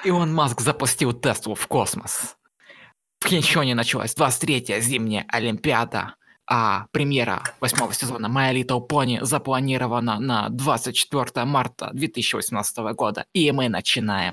Илон Маск запустил Теслу в космос. В Пхенчхане началась 23-я зимняя Олимпиада, а премьера 8-го сезона My Little Pony запланирована на 24 марта 2018 года. И мы начинаем.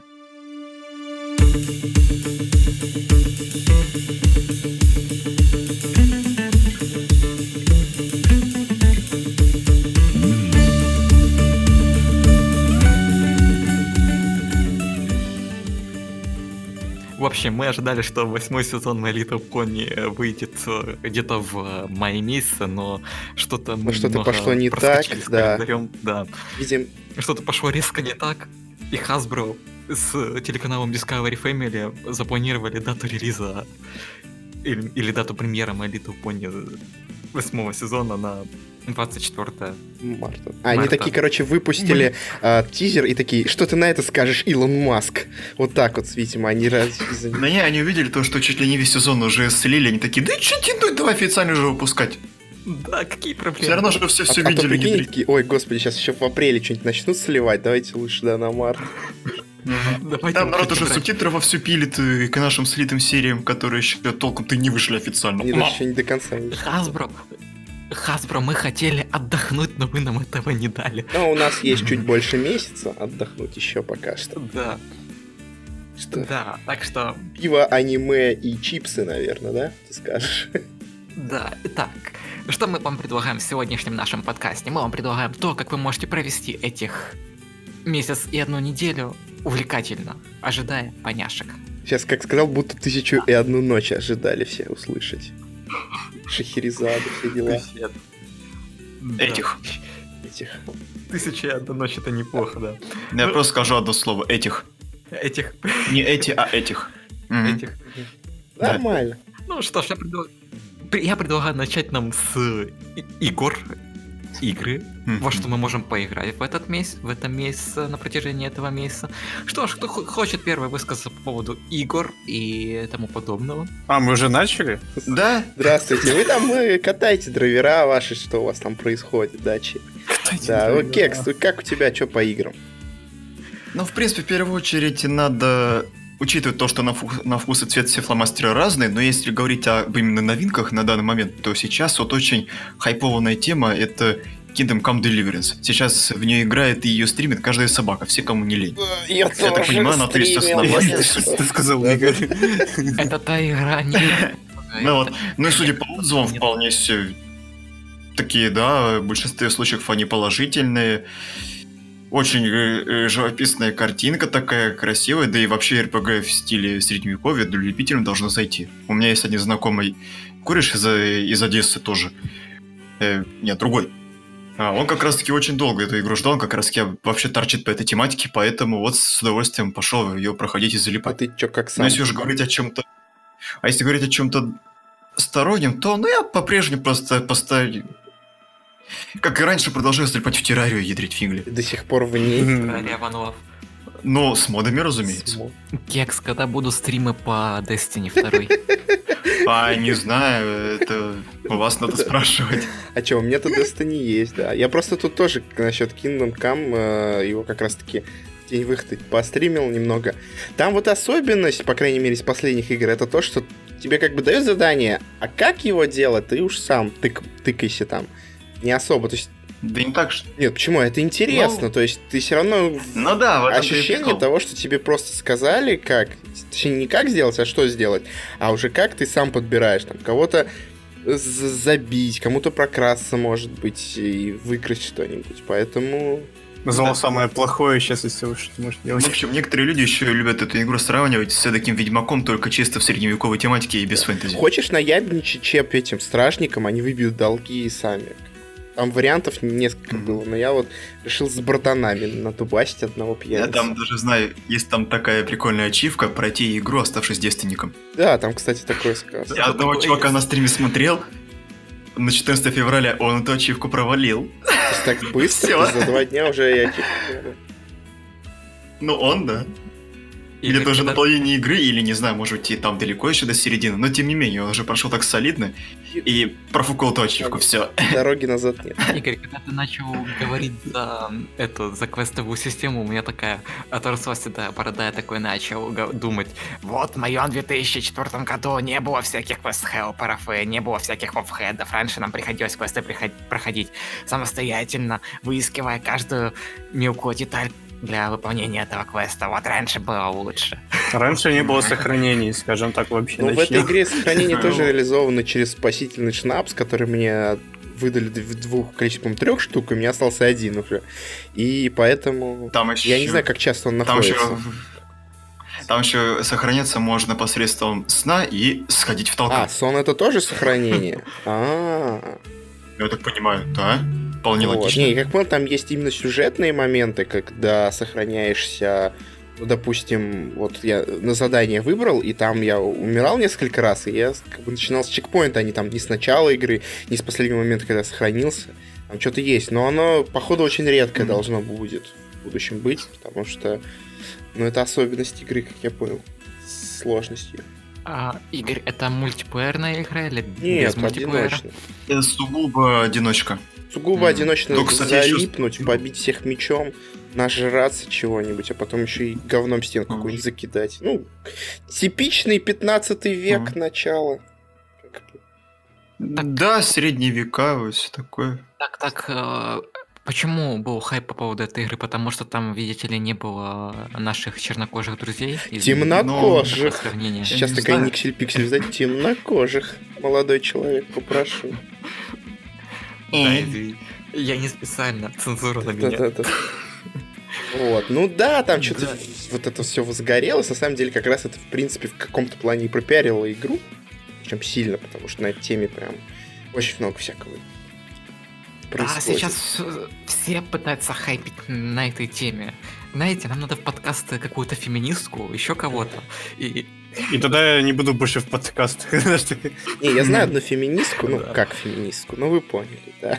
В общем, мы ожидали, что 8-й сезон My Little Pony выйдет где-то в мае месяце, но что-то мы что-то пошло не так, да. Да. Видим... Что-то пошло резко не так, и Hasbro с телеканалом Discovery Family запланировали дату релиза или дату премьеры My Little Pony 8-го сезона на 24 марта. Они такие, короче, выпустили тизер и такие, что ты на это скажешь, Илон Маск? Вот так вот, видимо, они Да не, они увидели то, что чуть ли не весь сезон уже слили, они такие, да что тянуть, давай официально уже выпускать. Да, какие проблемы? Все равно, что все видели. Такие, ой, господи, сейчас еще в апреле что-нибудь начнут сливать, давайте лучше, да, на март. Там народ уже субтитры вовсю пилит к нашим слитым сериям, которые еще толком-то не вышли официально. Они даже еще не до конца не Hasbro, мы хотели отдохнуть, но вы нам этого не дали. Но у нас есть чуть больше месяца отдохнуть еще пока что. Да. Что? Да, так что... Пиво, аниме и чипсы, наверное, да? Ты скажешь? Да, итак, что мы вам предлагаем в сегодняшнем нашем подкасте? Мы вам предлагаем то, как вы можете провести этих месяц и одну неделю увлекательно, ожидая поняшек. Сейчас, как сказал, будто 1001 ночь ожидали все услышать. Шахерезаду, все дела. Этих. 1001 ночь — это неплохо, да. Я просто скажу одно слово. Этих. Не эти, а этих. Этих. Нормально. Ну что ж, я предлагаю начать нам с игры, во что мы можем поиграть в этом месяце, на протяжении этого месяца. Что ж, кто хочет первый высказаться по поводу игр и тому подобного? А, мы уже начали? Да. Здравствуйте. Вы там катаете драйвера ваши, что у вас там происходит, дачи. Да, Кекс, как у тебя, что по играм? Ну, в принципе, в первую очередь надо учитывать то, что на вкус и цвет все фломастеры разные, но если говорить об именно новинках на данный момент, то сейчас вот очень хайпованная тема — это Kingdom Come Deliverance. Сейчас в нее играет и ее стримит каждая собака, все, кому не лень. Я так понимаю, она ответственна. Ты сказал, Игорь. Это та игра, не... Ну и судя по отзывам, вполне все такие, да, в большинстве случаев они положительные. Очень живописная картинка такая, красивая, да и вообще РПГ в стиле средневековья для любителей должно зайти. У меня есть один знакомый кореш из Одессы тоже. Нет, другой. Он как раз-таки очень долго эту игру ждал, он как раз-таки вообще торчит по этой тематике, поэтому вот с удовольствием пошел ее проходить и залипать. А ты чё, как сам? Но если уже говорить о чем-то... А если говорить о чем-то стороннем, то я по-прежнему просто поставлю... Как и раньше, продолжаю залипать в террарию и ядрить фигли. До сих пор в ней. Террария One Love. Но с модами, разумеется. Кекс, когда будут стримы по Destiny 2? Не знаю, это у вас надо спрашивать. А чё, у меня-то Destiny есть, да. Я просто тут тоже насчет Kingdom Come, его как раз-таки в день выхода постримил немного. Там вот особенность, по крайней мере, из последних игр, это то, что тебе как бы дают задание, а как его делать, ты уж сам тыкайся там. Не особо, то есть... Да не так, что... Нет, почему? Это интересно, то есть ты все равно... Ну да, ощущение того, что тебе просто сказали, как... Точнее, не как сделать, а что сделать, а уже как ты сам подбираешь. Там кого-то забить, кому-то прокрасться, может быть, и выкрасть что-нибудь, поэтому... Назвал самое плохое сейчас, если вы что-то можете делать. В общем, некоторые люди еще любят эту игру сравнивать с таким Ведьмаком, только чисто в средневековой тематике и без фэнтези. Хочешь наябничать чеп этим стражникам, они выбьют долги и сами. Там вариантов несколько было, но я вот решил с братанами натубасить одного пьяница. Я там даже знаю, есть там такая прикольная ачивка пройти игру, оставшись девственником. Да, там, кстати, такой сказ. Я одного чувака на стриме смотрел, на 14 февраля он эту ачивку провалил. То есть так быстро, за 2 дня уже и ачивку. Ну он, да. Или это уже на половине игры, или, не знаю, может быть, и там далеко еще до середины, но тем не менее, он уже прошел так солидно и профукал эту ачивку, все. Дороги назад нет. Игорь, когда ты начал говорить за квестовую систему, у меня такая оторвалась седая борода, я такой начал думать, вот в моем 2004 году не было всяких квест-хелперов, и не было всяких вовхедов, раньше нам приходилось квесты проходить самостоятельно, выискивая каждую мелкую деталь для выполнения этого квеста. Вот раньше было лучше. Раньше не было сохранений, скажем так, вообще. Ну, в этой игре сохранение тоже реализовано через спасительный шнапс, который мне выдали в двух количеством 3 штук, и у меня остался 1 уже. И поэтому... Там еще... Я не знаю, как часто он находится. Там еще сохраняться можно посредством сна и сходить в толкан. А, сон это тоже сохранение? Я так понимаю, да? Вполне логично. Не, как понял, там есть именно сюжетные моменты, когда сохраняешься, ну, допустим, вот я на задание выбрал, и там я умирал несколько раз, и я как бы начинал с чекпоинта, а не там не с начала игры, не с последнего момента, когда сохранился. Там что-то есть, но оно, походу, очень редко должно будет в будущем быть, потому что, ну, это особенность игры, как я понял, с сложностью. Игорь, это мультиплеерная игра или Нет, без мультиплеера? одиночная. Это сугубо одиночка. Сугубо одиночно Ну, кстати, залипнуть, побить всех мечом, нажраться чего-нибудь, а потом еще и говном стенку какую-нибудь закидать. Ну, типичный 15 век начало. Да, средние века, вот все такое. Почему был хайп по поводу этой игры? Потому что там, видите ли, не было наших чернокожих друзей? Темнокожих. Ну, сейчас такая никсель-пиксель, знаете, темнокожих. Молодой человек, попрошу. Я не специально, цензура на меня. Да. Вот, ну да, там что-то вот это все возгорелось. На самом деле, как раз это, в принципе, в каком-то плане и пропиарило игру. Причем сильно, потому что на этой теме прям очень много всякого происходит. Сейчас все пытаются хайпить на этой теме. Знаете, нам надо в подкасты какую-то феминистку, еще кого-то. И тогда я не буду больше в подкастах. Не, я знаю одну феминистку, ну как феминистку, ну вы поняли, да.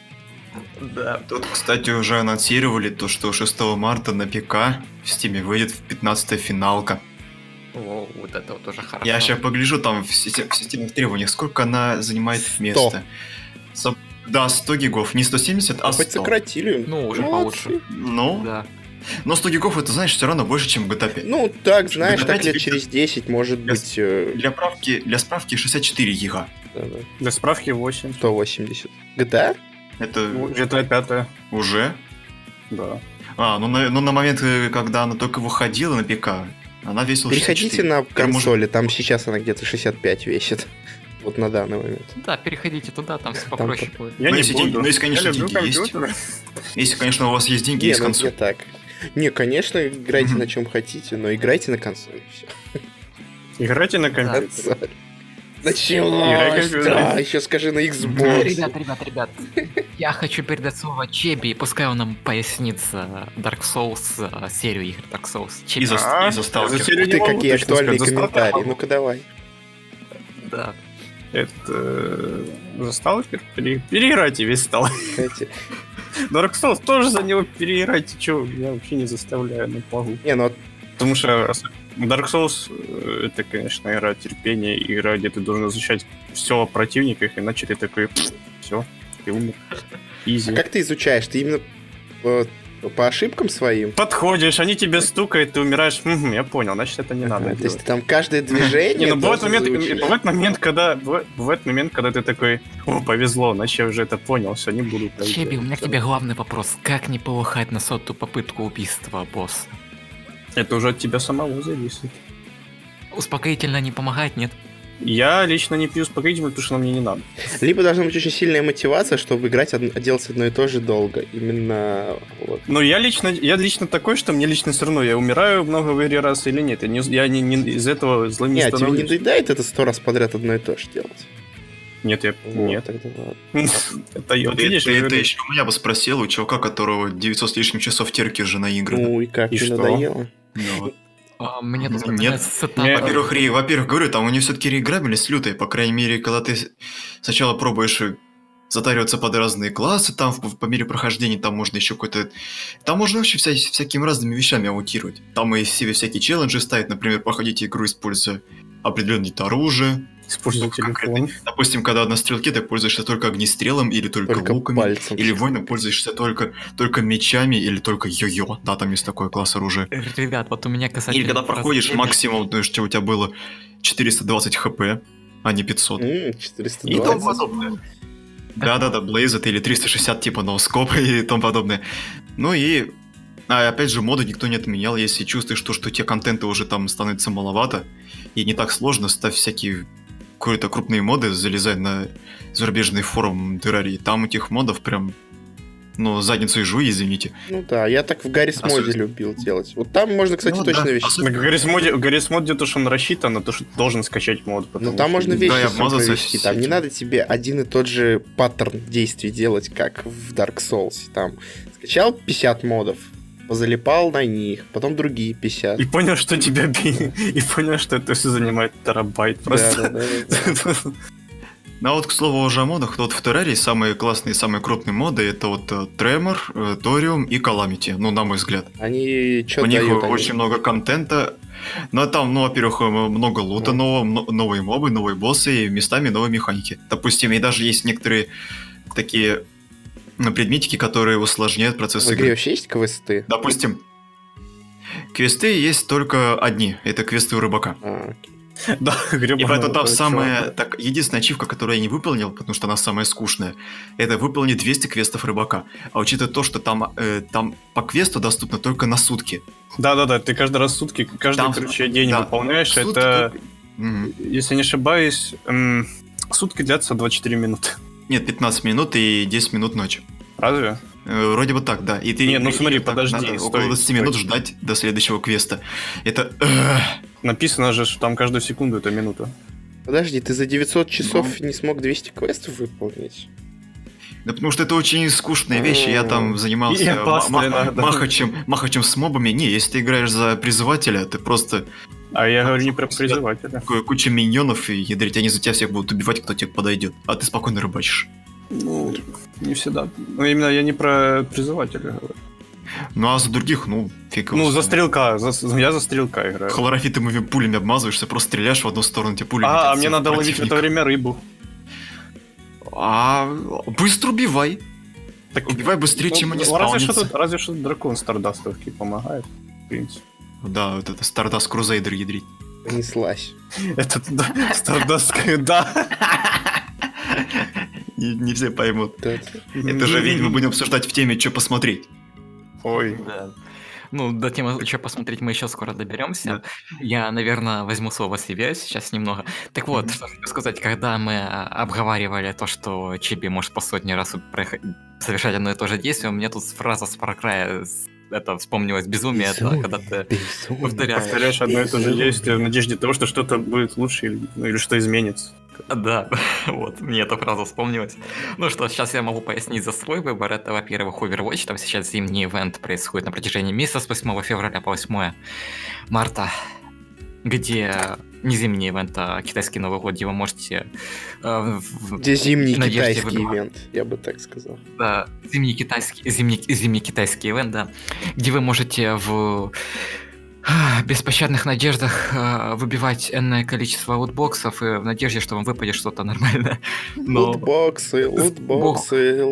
Да. Тут, кстати, уже анонсировали то, что 6 марта на ПК в Steam выйдет 15-я финалка. О, вот это вот уже хорошо. Я сейчас погляжу там в системных требованиях, сколько она занимает 100. места. Да, 100 гигов, не 170, а 100. Хоть сократили. Ну, уже молодцы. получше. Ну, Да. но 100 гигов, это, знаешь, все равно больше, чем в GTA 5. Ну, так, знаешь, GTA так лет 5 через 10, может быть... Для справки 64 гига. Да. Для справки 8. 180. GTA? Это GTA 5. уже? Да. Ну на момент, когда она только выходила на ПК, она весила 64. Переходите на консоли, там сейчас она где-то 65 весит. Вот на данный момент. Да, переходите туда, там все попроще будет. Я не если буду. если, конечно, Я люблю деньги есть. компьютеры. Если, конечно, у вас есть деньги, Не, есть ну консоль. не так. Не, конечно, играйте на чем хотите, но играйте на консоли. Все. Играйте на компьютере. Консоль. Играй Началось! компьютер. Да, еще скажи на Xbox. Ребят, я хочу передать слово Чеби, пускай он нам пояснит Dark Souls, серию игр Dark Souls. Чеби. И за За сталкер. серию Ты не могу какие точно актуальные сказать. За комментарии. сталкер Ну-ка давай. Да. Это... За Сталкер? Переиграйте весь Сталкер. Кстати. Dark Souls тоже за него переиграйте. Чё, я вообще не заставляю, но могу. Не, ну Потому что Dark Souls это, конечно, игра терпения, игра, где ты должен изучать все о противниках, иначе ты такой, все, ты умер. Изи. а как ты изучаешь? Ты именно по ошибкам своим? Подходишь, они тебе стукают, ты умираешь. Я понял, значит, это не надо То есть делать. ты там каждое движение... Не, ну бывает должен момент, заучить. когда ты такой, о, повезло, значит, я уже это понял, все, не буду. Чеби, у меня к тебе главный вопрос. Как не полыхать на 100-ю попытку убийства босса? Это уже от тебя самого зависит. Успокоительно не помогает, нет? Я лично не пью успокоительное, потому что оно мне не надо. Либо должна быть очень сильная мотивация, чтобы играть, делать одно и то же долго. Именно вот. Но я лично такой, что мне лично все равно, я умираю много в игре раз или нет. Я не из этого злым не Нет, тебе не становлюсь. доедает это 100 раз подряд одно и то же делать? Нет, я... Вот, Нет. тогда ладно. Это я, вот видишь, я Ты говорю, еще у меня бы спросил, у чувака, которого 900 с лишним часов терки уже на игры. Ну и как, И не что? надоело? Ну вот. Мне тут Нет. нравится сетап. Нет. Во-первых, говорю, там у нее все-таки реиграбельность лютая, по крайней мере, когда ты сначала пробуешь затариваться под разные классы, там по мере прохождения там можно еще какой-то... Там можно вообще всякими разными вещами аутировать. Там и себе всякие челленджи ставить, например, проходите игру, используя определенный вид оружия. Используя телефон. Допустим, когда на стрелке ты пользуешься только огнестрелом или только луками, пальцем. или воином пользуешься только мечами или только йо-йо. Да, там есть такой класс оружия. Ребят, вот у меня касательно... Или когда проходишь максимум, то есть у тебя было 420 хп, а не 500. 420. И тому подобное. Да-да-да, Blazed или 360 типа ноускоп и тому подобное. Ну и... опять же, моды никто не отменял. Если чувствуешь, что у тебя контента уже там становится маловато, и не так сложно, ставь всякие какие-то крупные моды, залезай на зарубежный форум Террарии. Там этих модов прям... задницу и жуй, извините. Ну да, я так в Гаррис моде любил делать. Вот там можно, кстати, точно вещи. В Гаррис моде то, что он рассчитан на то, что ты должен скачать мод. Ну там можно вещи и сам провести. Там не надо тебе один и тот же паттерн действий делать, как в Dark Souls. Там скачал 50 модов, позалипал на них, потом другие 50. И понял, что тебя и понял, что это все занимает терабайт. Просто. Да. Ну а вот, к слову, уже о модах, вот в Террарии самые классные, самые крупные моды это вот Тремор, Дориум и Каламити, на мой взгляд. Они что У них дают? очень много контента. Но там, во-первых, много лута нового, новые мобы, новые боссы и местами новые механики. Допустим, и даже есть некоторые такие предметики, которые усложняют процесс В игре игры. вообще есть квесты? Допустим, квесты есть только одни. Это квесты у рыбака. Да, и поэтому там самая... единственная ачивка, которую я не выполнил, потому что она самая скучная, это выполнить 200 квестов рыбака. А учитывая то, что там по квесту доступно только на сутки. Да-да-да, ты каждый раз сутки, каждый, день выполняешь. Сутки это, если не ошибаюсь, сутки длятся 24 минуты. Нет, 15 минут и 10 минут ночи. Разве? Вроде бы так, да. И ты смотри, подожди. Надо около 20 минут ждать до следующего квеста. Это... Написано же, что там каждую секунду это минута. Подожди, ты за 900 часов не смог 200 квестов выполнить? Да потому что это очень скучные вещи. Я там занимался махачем с мобами. Не, если ты играешь за призывателя, ты просто... А я говорю не про призывателя. Куча миньонов, и ядрить, они за тебя всех будут убивать, кто тебе подойдет. А ты спокойно рыбачишь. Ну, не всегда. Но именно я не про призывателя говорю. Ну а за других, фиг. Ну, за стрелка. Я за стрелка играю. Хлорофитовыми пулями обмазываешься, просто стреляешь в одну сторону, тебе пули летят. А мне надо ловить в это время рыбу. Быстро убивай. Так убивай быстрее, чем они спаунятся. Разве что дракон стардастовский помогает, в принципе. Да, вот это Stardust Crusader ядрить. Неслась. Это стардастская, да. Не все поймут. Это же ведь мы будем обсуждать в теме, что посмотреть. Ой. Да. До темы, что посмотреть, мы еще скоро доберемся. Да. Я, наверное, возьму слово себе сейчас немного. Так вот, что хочу сказать, когда мы обговаривали то, что Чиби может по сотни раз совершать одно и то же действие, у меня тут фраза с Far Cry это вспомнилось безумие, это когда ты повторяешь одно и то же действие в надежде того, что что-то будет лучше или что изменится. Да, вот, мне эта фраза вспомнилась. Ну что, сейчас я могу пояснить за свой выбор. Это, во-первых, Overwatch, там сейчас зимний ивент происходит на протяжении месяца с 8 февраля по 8 марта, где не зимний ивент, а китайский Новый год, где вы можете... где зимний китайский ивент, я бы так сказал. Да, зимний китайский ивент, да, где вы можете в беспощадных надеждах выбивать энное количество лутбоксов и в надежде, что вам выпадет что-то нормальное. Но... Лутбоксы, лутбоксы.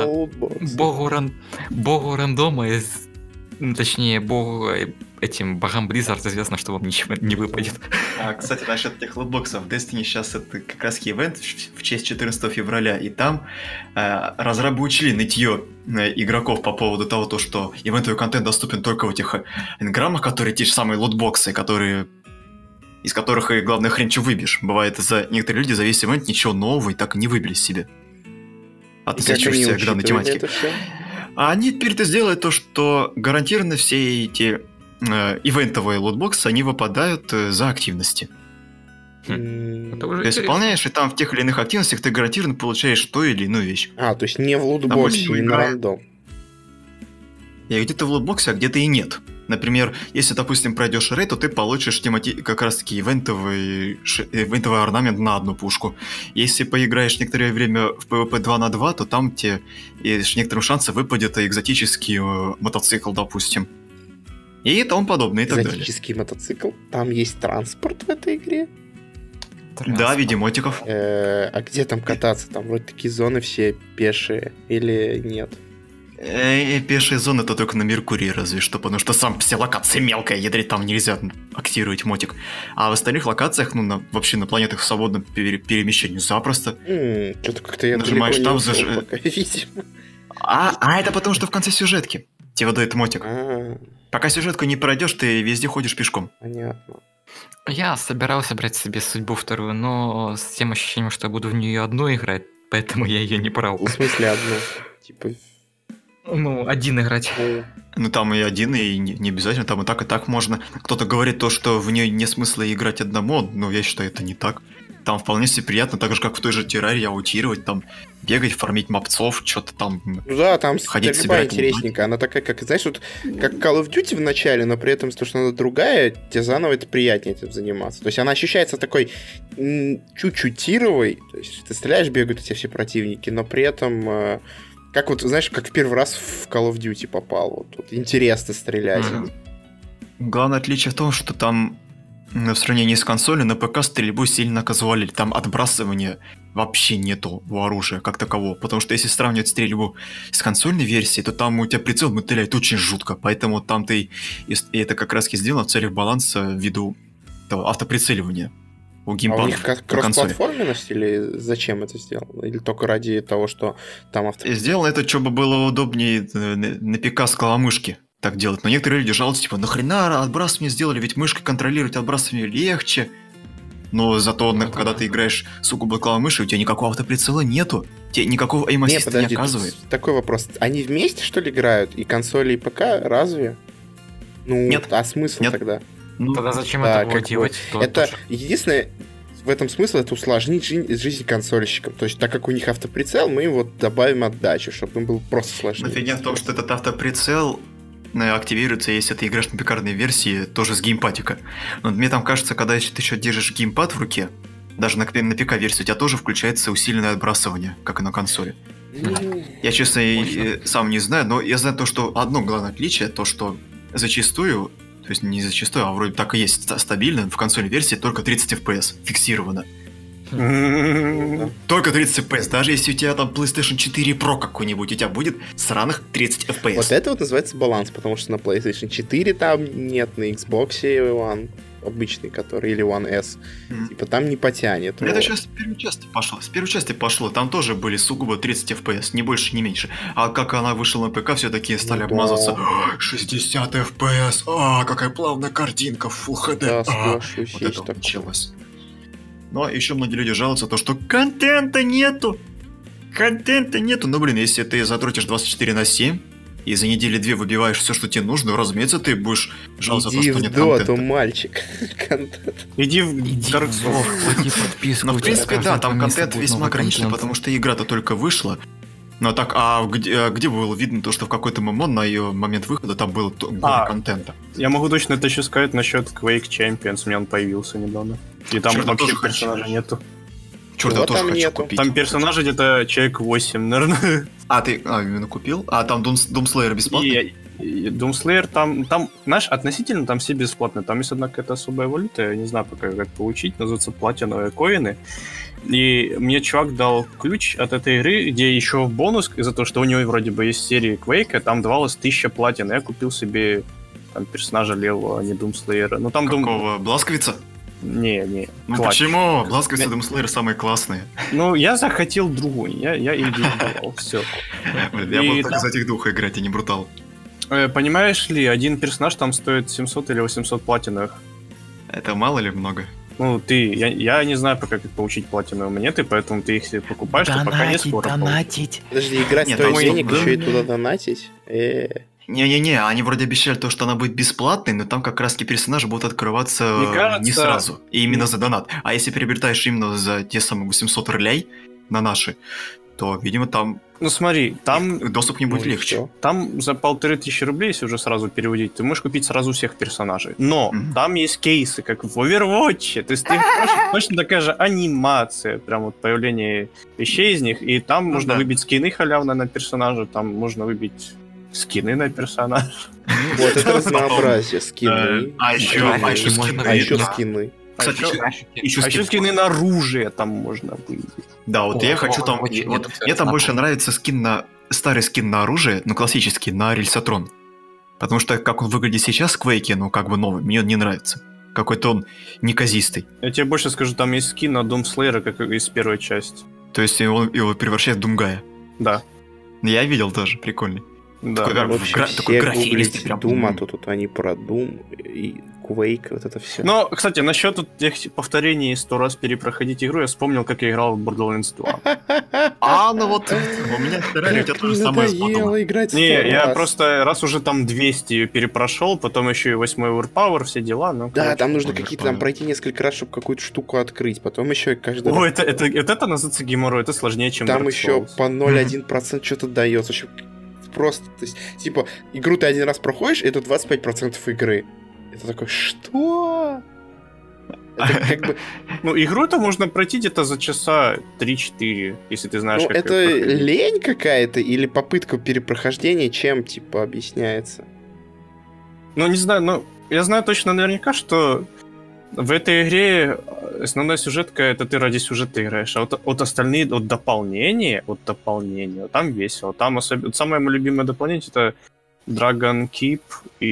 Богу рандома, точнее, этим богам Blizzard известно, что вам ничего не выпадет. Кстати, насчет этих лутбоксов. В Destiny сейчас это как раз ивент в честь 14 февраля, и там разрабы учили нытье игроков по поводу того, что ивентовый контент доступен только в этих энграммах, которые те же самые лутбоксы, из которых и главное хрен что выбьешь. Бывает, некоторые люди за весь ивент ничего нового и так и не выбили себе. Относящихся к данной тематике. А они теперь-то сделают то, что гарантированно все эти ивентовые лутбоксы, они выпадают за активности. То есть выполняешь, и там в тех или иных активностях ты гарантированно получаешь ту или иную вещь. То есть не в лутбоксе, не на рандом. И где-то в лутбоксе, а где-то и нет. Например, если, допустим, пройдешь рейд, то ты получишь как раз-таки ивентовый орнамент на одну пушку. Если поиграешь некоторое время в PvP 2 на 2, то там тебе с некоторым шансом выпадет экзотический мотоцикл, допустим. И тому подобное, и так далее. Экзотический мотоцикл? Там есть транспорт в этой игре? Да, в виде мотиков. А где там кататься? Там вроде такие зоны все пешие. Или нет? Пешие зоны это только на Меркурии разве что, потому что сам все локации мелкая, ядрить там нельзя активировать мотик. А в остальных локациях, вообще на планетах в свободном перемещении запросто. Что-то как-то я нажимаешь далеко там, не ушел пока, видимо. А это потому что в конце сюжетки тебе выдают мотик. Пока сюжетку не пройдешь, ты везде ходишь пешком. Понятно. Я собирался брать себе судьбу вторую, но с тем ощущением, что я буду в нее одну играть, поэтому я ее не брал. В смысле одну? Типа... один играть. Там и один, и не обязательно, там и так можно. Кто-то говорит то, что в нее нет смысла играть одному, но я считаю, это не так. Там вполне себе приятно, так же, как в той же террарии, аутировать, там, бегать, фармить мобцов, что-то там... Да, там ходить, стрельба собирать интересненькая. Она такая, как, знаешь, вот как Call of Duty в начале, но при этом, то, что она другая, тебе заново это приятнее этим заниматься. То есть она ощущается такой чуть-чуть тировой. То есть ты стреляешь, бегают эти все противники, но при этом... Как вот, знаешь, как в первый раз в Call of Duty попал. Вот тут интересно стрелять. Главное отличие в том, что там в сравнении с консолью на ПК стрельбу сильно казуалили. Там отбрасывания вообще нету у оружия как такового. Потому что если сравнивать стрельбу с консольной версией, то там у тебя прицел мотыляет очень жутко. Поэтому там ты... И это как раз и сделано в целях баланса ввиду автоприцеливания. У геймпада, у них кросс-платформенность или зачем это сделано? Или только ради того, что там Сделано это, чтобы было удобнее на ПК с клавомышки так делать. Но некоторые люди жалуются, типа, нахрена отбрасывание сделали, ведь мышкой контролировать отбрасывание легче. Но зато, когда ты играешь сугубо клавомышей, у тебя никакого автоприцела нету. Тебе никакого эйм-ассиста не оказывает. Такой вопрос. Они вместе, что ли, играют? И консоли, и ПК? Разве? Нет. А смысл тогда? Тогда зачем это было делать? Это единственное, в этом смысл, это усложнить жизнь консольщикам. То есть, так как у них автоприцел, мы им вот добавим отдачу, чтобы им было просто сложнее. Но фигня в том, что этот автоприцел активируется, если ты играешь на пикарной версии, тоже с геймпадика. Но мне там кажется, когда ты еще держишь геймпад в руке, даже на ПК-версии, у тебя тоже включается усиленное отбрасывание, как и на консоли. Я, честно, сам не знаю, но я знаю то, что одно главное отличие, то, что зачастую, то есть не зачастую, а вроде так и есть стабильно, в консольной версии только 30 FPS фиксировано. Только 30 FPS. Даже если у тебя там PlayStation 4 Pro какой-нибудь, у тебя будет сраных 30 FPS. Вот это вот называется баланс, потому что на PlayStation 4 там нет, на Xbox One обычный, который, или One S, типа там не потянет. Это сейчас с первой части пошло. С первой части пошло. Там тоже были сугубо 30 FPS, не больше, не меньше. А как она вышла на ПК, все-таки стали обмазываться. 60 FPS, какая плавная картинка, Full HD. Да, соглашусь, вот это началось. Но еще многие люди жалуются, то, что контента нету. Ну, блин, если ты затрутишь 24/7 и за неделю-две выбиваешь все, что тебе нужно, разумеется, ты будешь жаловаться, то, что нет контента. Иди в доту, мальчик. Иди в Dark Souls. Плати подписку. Ну, в принципе, да, там контент весьма ограниченный, потому что игра-то только вышла. Но так, где было видно то, что в какой-то момент на ее момент выхода там было много контента? Я могу точно это еще сказать насчет Quake Champions, у меня он появился недавно. И там вообще персонажа нету. Черт, я тоже хочу купить. Там персонажа где-то человек 8, наверное. Ты именно купил? А там Doomslayer бесплатный? Doomslayer там, знаешь, относительно там все бесплатные. Там есть одна какая-то особая валюта, я не знаю пока как получить, называется платиновые коины. И мне чувак дал ключ от этой игры, где еще бонус из-за того, что у него вроде бы есть серии Quake, там давалось 1000 платин. Я купил себе там персонажа левого, а не Doomslayer. Ну там какого? Бласковица? Не. Ну почему? Бласковица и Doomslayer самые классные. Ну, я захотел другой, я им делал, все. Я буду только из этих двух играть, а не брутал. Понимаешь ли, один персонаж там стоит 700 или 800 платиновых. Это мало или много? Ну, я не знаю пока, как получить платиновые монеты, поэтому ты их себе покупаешь, что пока не скоро. Донатить. Подожди, играть стоит денег, еще и туда донатить? Не-не-не, они вроде обещали то, что она будет бесплатной, но там как раз-таки персонажи будут открываться не сразу, и именно за донат. А если приобретаешь именно за те самые 800 рублей на наши, то, видимо, там Ну смотри, там доступ не будет Ну и легче. всё. Там за 1500 рублей, если уже сразу переводить, ты можешь купить сразу всех персонажей. Но там есть кейсы, как в Overwatch. То есть ты точно такая же анимация, прям вот появление вещей из них. И там можно выбить скины халявно на персонажа, там можно выбить скины на персонажа. Вот это разнообразие. Скины. А еще Графики скины. можно А еще Да. скины. Кстати, А еще скины на оружие там можно выбить. Да, вот О, я хочу там... очень вот интересно. мне там больше нравится старый скин на оружие, ну, классический, на Рельсотрон. Потому что, как он выглядит сейчас в Квейке, ну, как бы новый, мне он не нравится. Какой-то он неказистый. Я тебе больше скажу, там есть скин на Doom Slayer, как из первой части. То есть его превращает в Думгая. Да. Я видел тоже, прикольный. Да. Такой, В общем, такой все графинистый гуглите прям. Doom, а тут они про Doom и Quake, вот это все. Но, кстати, насчет вот тех повторений 100 раз перепроходить игру, я вспомнил, как я играл в Borderlands 2. Ну вот, у меня вторая, у тебя тоже самое сподобно. надоело играть 100 Не, я раз. просто раз уже там 200 ее перепрошел, потом еще и 8 Overpower, все дела, ну... Да, короче. там нужно Overpower. какие-то там пройти несколько раз, чтобы какую-то штуку открыть, потом еще и каждый О, раз. это называется геморрой, это сложнее, чем Там Dark еще Souls. по 0,1% что-то дается. Вообще просто, то есть, типа, игру ты один раз проходишь, это 25% игры. Это такой, что? Это как бы, Ну, игру-то можно пройти где-то за часа 3-4, если ты знаешь, ну, как это её проходить. лень какая-то или попытка перепрохождения, чем, типа, объясняется? Ну, не знаю, но я знаю точно наверняка, что в этой игре основная сюжетка — это ты ради сюжета играешь, а вот остальные, вот дополнения, там весело. Там особенно... Самое мое любимое дополнение — это Dragon Keep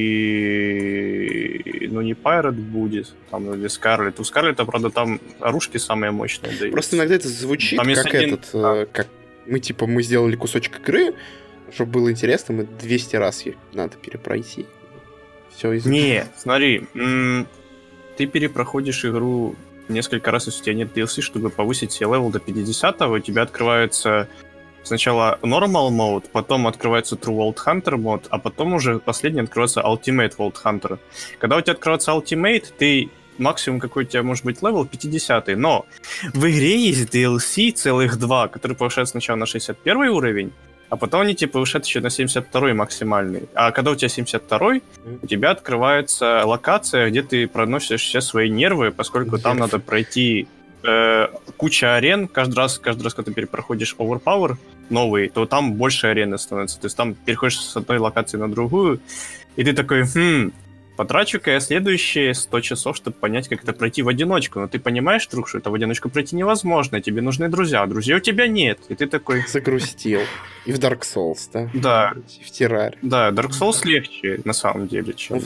и... Ну, не Pirate будет, там, или Scarlet. У Scarlet, правда, там оружки самые мощные дают. Просто иногда это звучит Там есть как один- как мы сделали кусочек игры, чтобы было интересно, мы 200 раз ее надо перепройти. Все из Не, смотри, ты перепроходишь игру несколько раз, если у тебя нет DLC, чтобы повысить себе левел до 50-го, у тебя открывается сначала Normal Mode, потом открывается True World Hunter мод, а потом уже последний открывается Ultimate World Hunter. Когда у тебя открывается Ultimate, ты максимум какой у тебя может быть левел 50-й, но в игре есть DLC целых 2, которые повышают сначала на 61 уровень, а потом они тебе повышают еще на 72-й максимальный. А когда у тебя 72-й, у тебя открывается локация, где ты проносишь все свои нервы, поскольку там надо пройти куча арен. Каждый раз, когда ты перепроходишь Overpower новый, то там больше арены становится. То есть там переходишь с одной локации на другую, и ты такой, потрачу-ка я следующие 100 часов, чтобы понять, как это пройти в одиночку. Но ты понимаешь, друг, что это в одиночку пройти невозможно, тебе нужны друзья, а друзей у тебя нет. И ты такой... Загрустил. И в Dark Souls, да? Да. И в Terraria. Да, Dark Souls легче, на самом деле, чем...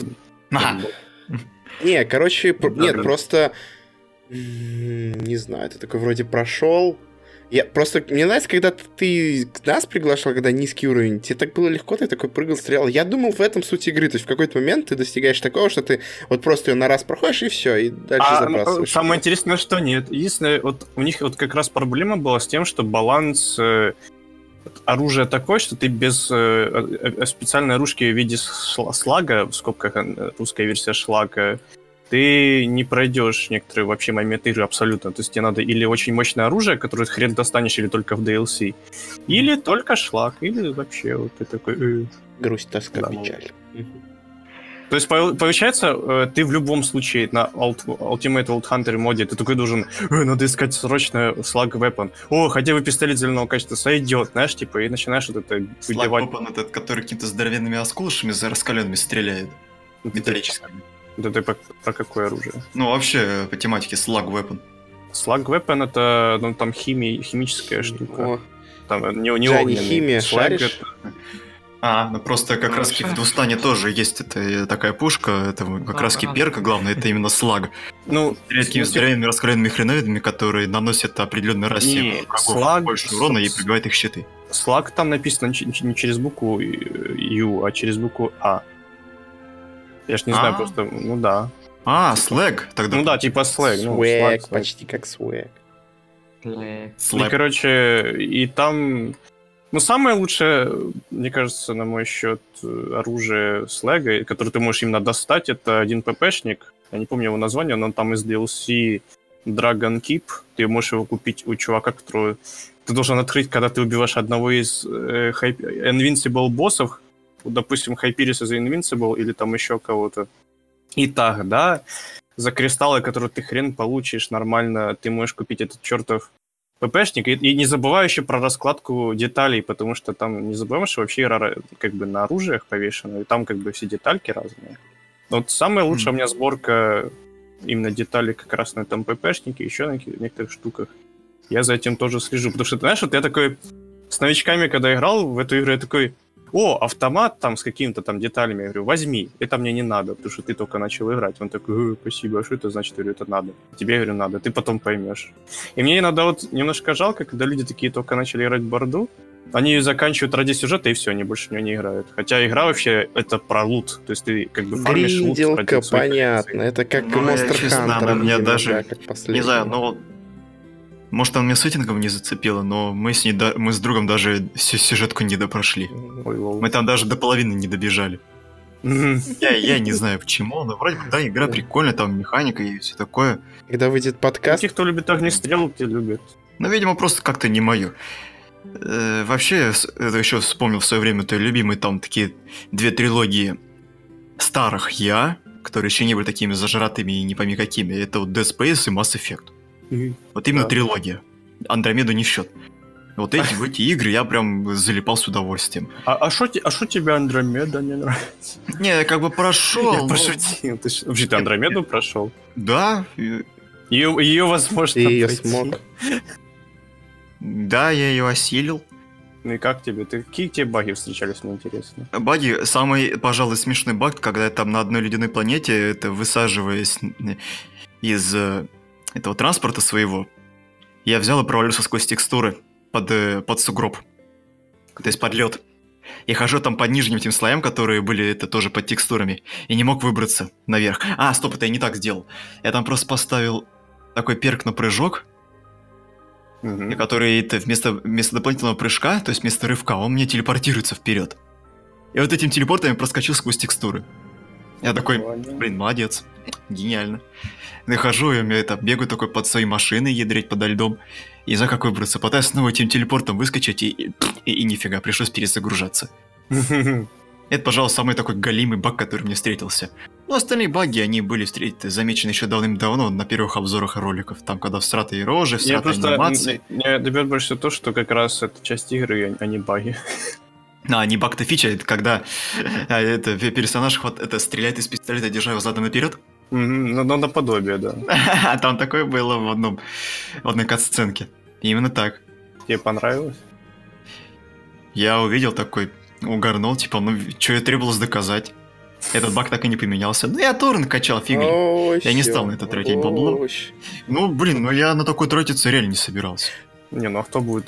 Не, короче, нет, да. просто... Не знаю, ты такой вроде прошел. Мне нравится, когда ты нас приглашал, когда низкий уровень, тебе так было легко, ты такой прыгал, стрелял. Я думал, в этом суть игры. То есть в какой-то момент ты достигаешь такого, что ты вот просто ее на раз проходишь, и все, и дальше забрасываешь. Самое интересное, что нет. Единственное, вот у них вот как раз проблема была с тем, что баланс оружия такой, что ты без специальной оружки в виде слага, в скобках русская версия шлага, ты не пройдешь некоторые вообще моменты игры абсолютно. То есть тебе надо или очень мощное оружие, которое хрен достанешь, или только в DLC, или только шлаг, или вообще вот ты такой... Грусть, тоска, Да, печаль. То есть, получается, ты в любом случае на Ultimate World Hunter моде, ты такой должен, надо искать срочно Slug Weapon. О, хотя бы пистолет зеленого качества сойдет, знаешь, типа, и начинаешь вот это Слаг выдевать. Weapon этот, который какими-то здоровенными осколочами раскаленными стреляет. Металлическими. Да ты про какое оружие? Ну, вообще, по тематике Slug Weapon. Slug Weapon — это, ну, там химическая штука. О, Там не Джани, огненный. химия, Slug шаришь? Ну просто как раз в Двустане тоже есть такая пушка, это как раз перка, главное, это именно слаг. Ну, Такими здоровенными раскаленными хреновидами, которые наносят определенной расе Не, врагов слаг- больше урона и пробивают их щиты. Slug там написано не через букву U, а через букву А. Я ж не знаю, просто, ну да. Слэг тогда. Ну да, типа слэг. Ну, Swag, слаг. почти как swag. И, Слэп. короче, и там... Ну, самое лучшее, мне кажется, на мой счет, оружие слэга, которое ты можешь именно достать, это один ППшник. Я не помню его название, но он там из DLC Dragon Keep. Ты можешь его купить у чувака, который... Ты должен открыть, когда ты убиваешь одного из Invincible боссов, допустим, Hyperius из Invincible или там еще кого-то. И тогда за кристаллы, которые ты хрен получишь нормально, ты можешь купить этот чертов ППшник. И не забывай еще про раскладку деталей, потому что там не забываем, что вообще игра как бы на оружиях повешена, и там как бы все детальки разные. Вот самая лучшая у меня сборка именно деталей как раз на этом ППшнике, еще на некоторых штуках. Я за этим тоже слежу, потому что, ты знаешь, вот я такой с новичками, когда играл в эту игру, я такой: о, автомат там с какими-то там деталями. Я говорю: возьми, это мне не надо, потому что ты только начал играть. Он такой: спасибо, а что это значит? Я говорю: это надо. Тебе, говорю, надо, ты потом поймешь. И мне иногда вот немножко жалко, когда люди такие только начали играть в борду, они заканчивают ради сюжета, и все, они больше в нее не играют. Хотя игра вообще это про лут, то есть ты как бы фармишь лут. Гринделка, понятно, это как Monster Hunter. Меня даже, да, как последний. не знаю, но... Может, она меня сеттингом не зацепила, но мы с другом даже всю сюжетку не допрошли. Ой, Мы там даже до половины не добежали. Я не знаю почему, но вроде да, игра прикольная, там механика и все такое. Когда выйдет подкаст... Те, кто любит огнестрел, те любят. Ну, видимо, просто как-то не мое. Вообще, это еще вспомнил в свое время твои любимые там такие 2 трилогии старых которые еще не были такими зажратыми и не пойми какими. Это вот Dead Space и Mass Effect. Вот именно трилогия. Андромеду не в счет. Вот в эти игры я прям залипал с удовольствием. А что тебе Андромеда не нравится? Не, я как бы прошел. Я пошутил. Вообще ты Андромеду прошел? Да. Ее возможно Ты ее пройти. смог. Да, я ее осилил. Ну и как тебе? Какие тебе баги встречались, мне интересно? Баги, самый, пожалуй, смешной баг, когда я там на одной ледяной планете, это высаживаясь из этого транспорта своего, я взял и провалился сквозь текстуры под сугроб. То есть под лед. Я хожу там под нижним этим слоям, которые были это тоже под текстурами, и не мог выбраться наверх. А, стоп, это я не так сделал. Я там просто поставил такой перк на прыжок, который это вместо дополнительного прыжка, то есть вместо рывка, он мне телепортируется вперед. И вот этим телепортом я проскочил сквозь текстуры. Я такой: блин, молодец, гениально. Нахожу, я бегаю такой под своей машиной, ядрить подо льдом. И не знаю, как выбраться. Пытаюсь снова этим телепортом выскочить, и нифига, пришлось перезагружаться. Это, пожалуй, самый такой галимый баг, который мне встретился. Но остальные баги, они были замечены еще давным-давно на первых обзорах роликов. Там, когда всратые рожи, всратые анимации. Меня добьет больше всего то, что как раз это часть игры, а не баги. Не баг-то фича, это когда персонаж стреляет из пистолета, держа его задом наперед. Ну, наподобие, да. А там такое было в одной кат-сценке. Именно так. Тебе понравилось? Я увидел такой, угорнул, типа, что и требовалось доказать. Этот баг так и не поменялся. Ну, я торрент качал, фигли. Я не стал на это тратить бабло. Ну, блин, я на такой тратиться реально не собирался. Не, ну а кто будет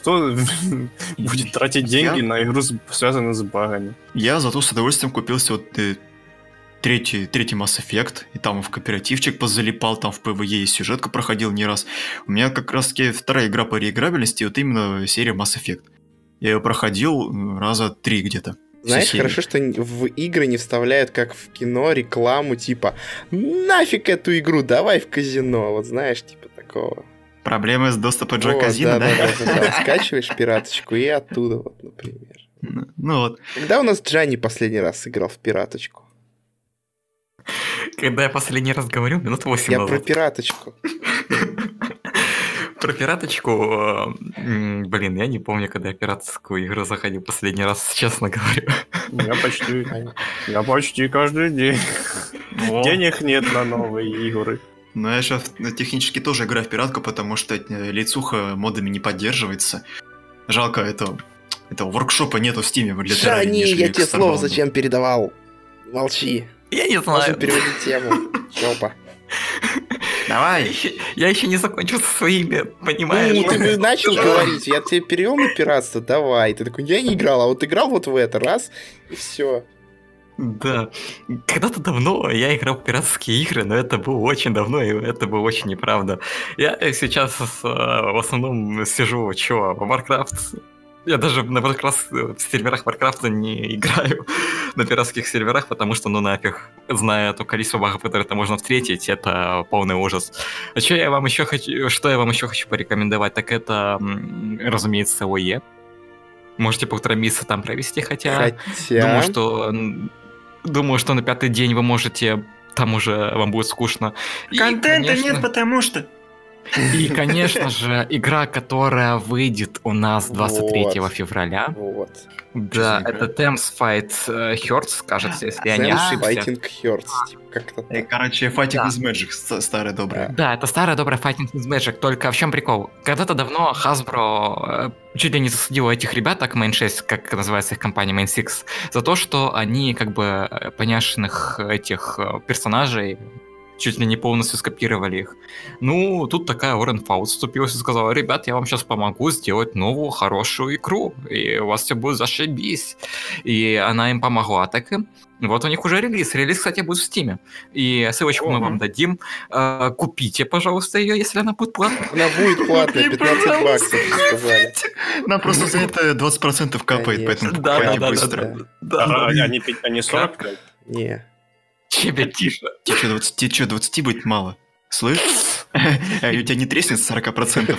тратить деньги на игру, связанную с багами? Я зато с удовольствием купился третий Mass Effect, и там в кооперативчик позалипал, там в PvE и сюжетку проходил не раз. У меня как раз таки вторая игра по реиграбельности, вот именно серия Mass Effect. Я ее проходил раза 3 где-то. Знаешь, хорошо, что в игры не вставляют, как в кино, рекламу, типа: нафиг эту игру, давай в казино. Вот знаешь, типа такого. Проблемы с доступом Джо Казино, да? Да. Скачиваешь пираточку и оттуда, вот, например. Ну вот. Когда у нас Джанни последний раз играл в пираточку? Когда я последний раз говорил, минут 8 назад. Я про пираточку. Про пираточку, блин, я не помню, когда я пиратскую игру заходил последний раз, честно говорю. Я почти каждый день. Денег нет на новые игры. Ну, я сейчас технически тоже играю в пиратку, потому что лицуха модами не поддерживается. Жалко, этого воркшопа нету в Стиме для Террарии. Жани, я тебе слово зачем передавал? Молчи. Я не знаю. Можем переводить тему. Чопа. Давай. Я еще не закончил со своими, понимаешь? Ну, ты начал говорить, я тебе перевел на пиратство, давай. Ты такой: я не играл, а вот играл вот в это, раз, и все. Да. Когда-то давно я играл в пиратские игры, но это было очень давно, и это было очень неправда. Я сейчас в основном сижу, в Warcraft Я даже на Warcraft, в серверах Warcraft не играю на пиратских серверах, потому что, ну нафиг, зная то количество багов, которые там можно встретить, это полный ужас. А что я вам еще хочу порекомендовать, так это, разумеется, ОЕ. Можете 1,5 месяца там провести, хотя... Думаю, что на 5-й день вы можете... Там уже вам будет скучно. Контента нет, потому что... И, конечно же, игра, которая выйдет у нас 23 февраля. Вот. Да, это Thames Fight Hearts, кажется, если я не ошибся. Fighting Hearts, типа, как-то так. Короче, Fighting with Magic, старая добрая. Да, это старая добрая Fighting with Magic, только в чем прикол? Когда-то давно Hasbro чуть ли не засудила этих ребят, так Main 6, как называется их компания Main 6, за то, что они как бы поняшенных этих персонажей чуть ли не полностью скопировали их. Ну, тут такая Уоррен Фаут вступилась и сказала: ребят, я вам сейчас помогу сделать новую хорошую игру, и у вас все будет зашибись. И она им помогла, так и вот у них уже релиз. Релиз, кстати, будет в Стиме. И ссылочку мы вам дадим. Купите, пожалуйста, ее, если она будет платной. Она будет платная, 15 баксов, сказали. Нам просто за это 20% капает, поэтому покупайте быстро. Да. Они 40? Не. Тебе тише. Тебе что, 20 будет мало? Слышь? У тебя не треснет 40%.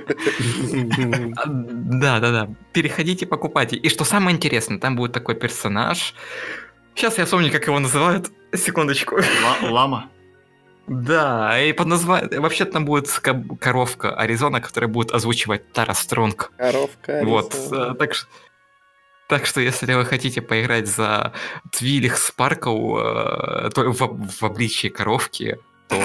Да. Переходите, покупайте. И что самое интересное, там будет такой персонаж. Сейчас я вспомню, как его называют. Секундочку. Лама. Да, и под названием... Вообще там будет коровка Аризона, которая будет озвучивать Тара Стронг. Коровка Аризона. Вот, так что, если вы хотите поиграть за Твилих Спаркл в обличии коровки, то...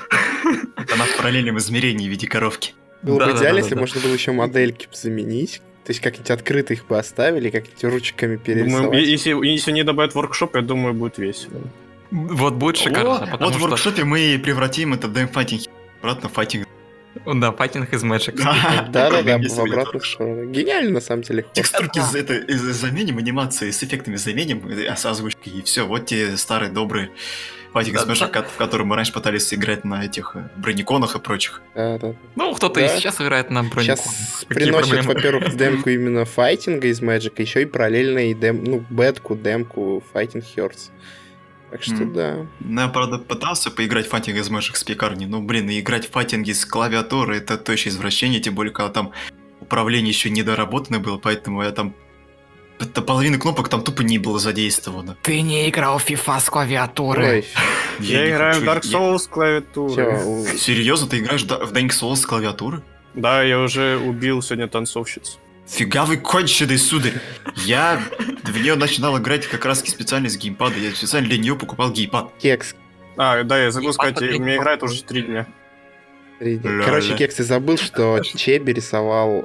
Она в параллельном измерении в виде коровки. Было бы идеально, если можно было еще модельки заменить. То есть как-нибудь открыто их бы оставили, как-нибудь ручками перерисовать. Если не добавят воркшоп, я думаю, будет весело. Вот будет шикарно. Вот в воркшопе мы превратим это в Damn Fighting обратно в Fighting. Да, Fighting is Magic. Да, в обратную сторону. Гениально, на самом деле. Текстурки заменим, анимации с эффектами заменим, с озвучкой, и все. Вот те старые добрые Fighting is Magic, в котором мы раньше пытались играть на этих бронеконах и прочих. Да. Ну, кто-то и сейчас играет на бронеконах. Сейчас приносят, во-первых, демку именно файтинга из Magic, еще и параллельно и бетку, демку Fighting Hearts. Так что да. Ну, я, правда, пытался поиграть в файтинг из Magic с пекарни. Ну, блин, и играть в файтинги с клавиатуры — это то еще извращение, тем более, когда там управление еще недоработанное было, поэтому я там... Половина кнопок там тупо не было задействовано. Ты не играл в FIFA с клавиатуры. Ой. Я играю в Dark Souls с клавиатуры. Серьезно, ты играешь в Dark Souls с клавиатуры? Да, я уже убил сегодня танцовщицу. Фига вы конченый, сударь! Я в нее начинал играть как раз специально с геймпада. Я специально для нее покупал геймпад. Кекс. Да, я забыл сказать, у меня играет уже 3 дня. Короче, Кекс, ты забыл, что Чеби рисовал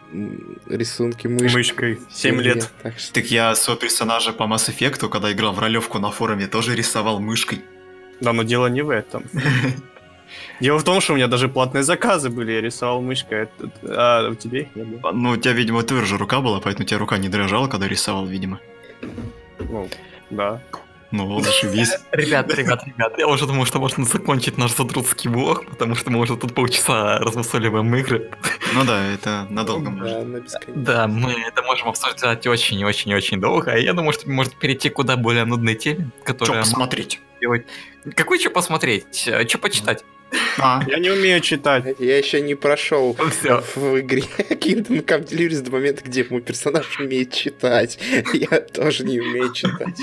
рисунки мышкой 7 лет. Так я своего персонажа по Mass Effect, когда играл в ролевку на форуме, тоже рисовал мышкой. Да, но дело не в этом. Дело в том, что у меня даже платные заказы были, я рисовал мышкой, а у тебя их не было. Ну, у тебя, видимо, твоя же рука была, поэтому у тебя рука не дрожала, когда рисовал, видимо. Ну, да. Ну, вот зашибись. Ребят, я уже думал, что можно закончить наш задротский блог, потому что мы уже тут полчаса размусоливаем игры. Ну да, это надолго можно. Да, мы это можем обсуждать очень-очень-очень долго, и я думаю, что может перейти к куда более нудной теме, которая... Что посмотреть? Какой что посмотреть? Что почитать? Я не умею читать. Я еще не прошел в игре Kingdom Come Deliverance до момента, где мой персонаж умеет читать. Я тоже не умею читать.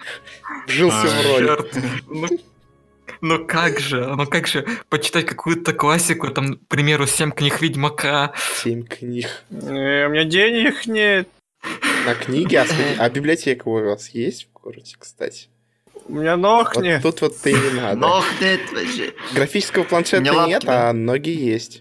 Вжился в роль. Ну как же почитать какую-то классику, там, к примеру, 7 книг Ведьмака. 7 книг. У меня денег нет. На книги? А библиотека у вас есть в городе, кстати? У меня ног нет. Тут вот-то и не надо. Ног нет вообще. Графического планшета нет, а ноги есть.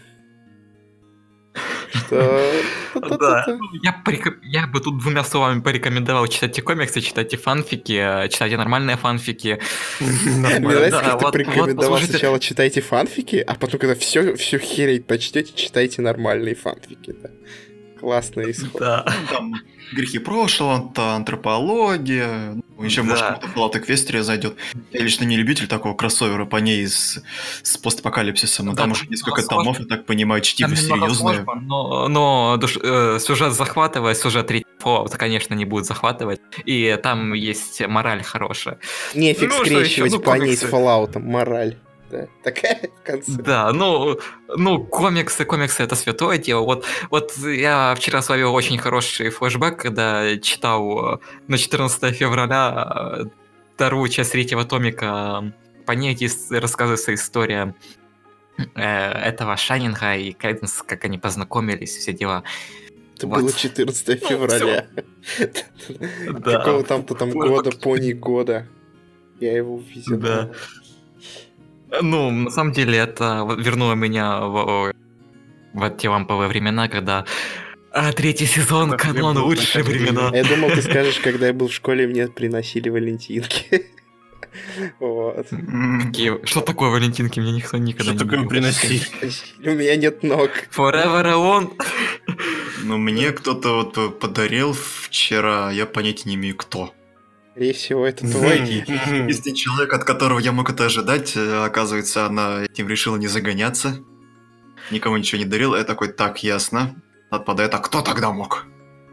Что? Да. Я бы тут 2 словами порекомендовал: читайте комиксы, читайте фанфики, читайте нормальные фанфики. Мне нравится, как ты порекомендовал сначала читайте фанфики, а потом, когда всю херень прочтете, читайте нормальные фанфики. Классный исход. Да. Там грехи прошлого, антропология, еще, может, кто-то в Fallout Equestria зайдет. Я лично не любитель такого кроссовера по ней с постапокалипсисом, но Да, там уже несколько сложно. томов, я так понимаю, чтиво Там немного серьезное. сложно, но сюжет захватывает, сюжет 3 Fallout, конечно, не будет захватывать, и там есть мораль хорошая. Нефиг Ну, что еще? скрещивать Ну, по ней с комиксы. Fallout, мораль. Да. Такая в конце. Да, ну комиксы это святое дело. Вот я вчера словил очень хороший флешбэк, когда читал на 14 февраля вторую часть третьего томика. По ней рассказывается история этого Шайнинга и Кайденс, как они познакомились, все дела. Это Вот. было 14 Ну, февраля. Да. Какого-то там года, пони года. Я его увидел. Да. Ну, на самом деле, это вернуло меня в те ламповые времена, когда третий сезон, Когда хлеб канон, был лучшие такой времена. Я думал, ты скажешь, когда я был в школе, мне приносили валентинки. Вот. Что такое валентинки? Мне никто никогда Что не такое говорил. приносили? У меня нет ног. Forever Alone. Ну, мне кто-то вот подарил вчера, я понятия не имею, кто. Скорее всего, это твой. Если человек, от которого я мог это ожидать, оказывается, она этим решила не загоняться. Никому ничего не дарил. Я такой, так, ясно. Отпадает, а кто тогда мог?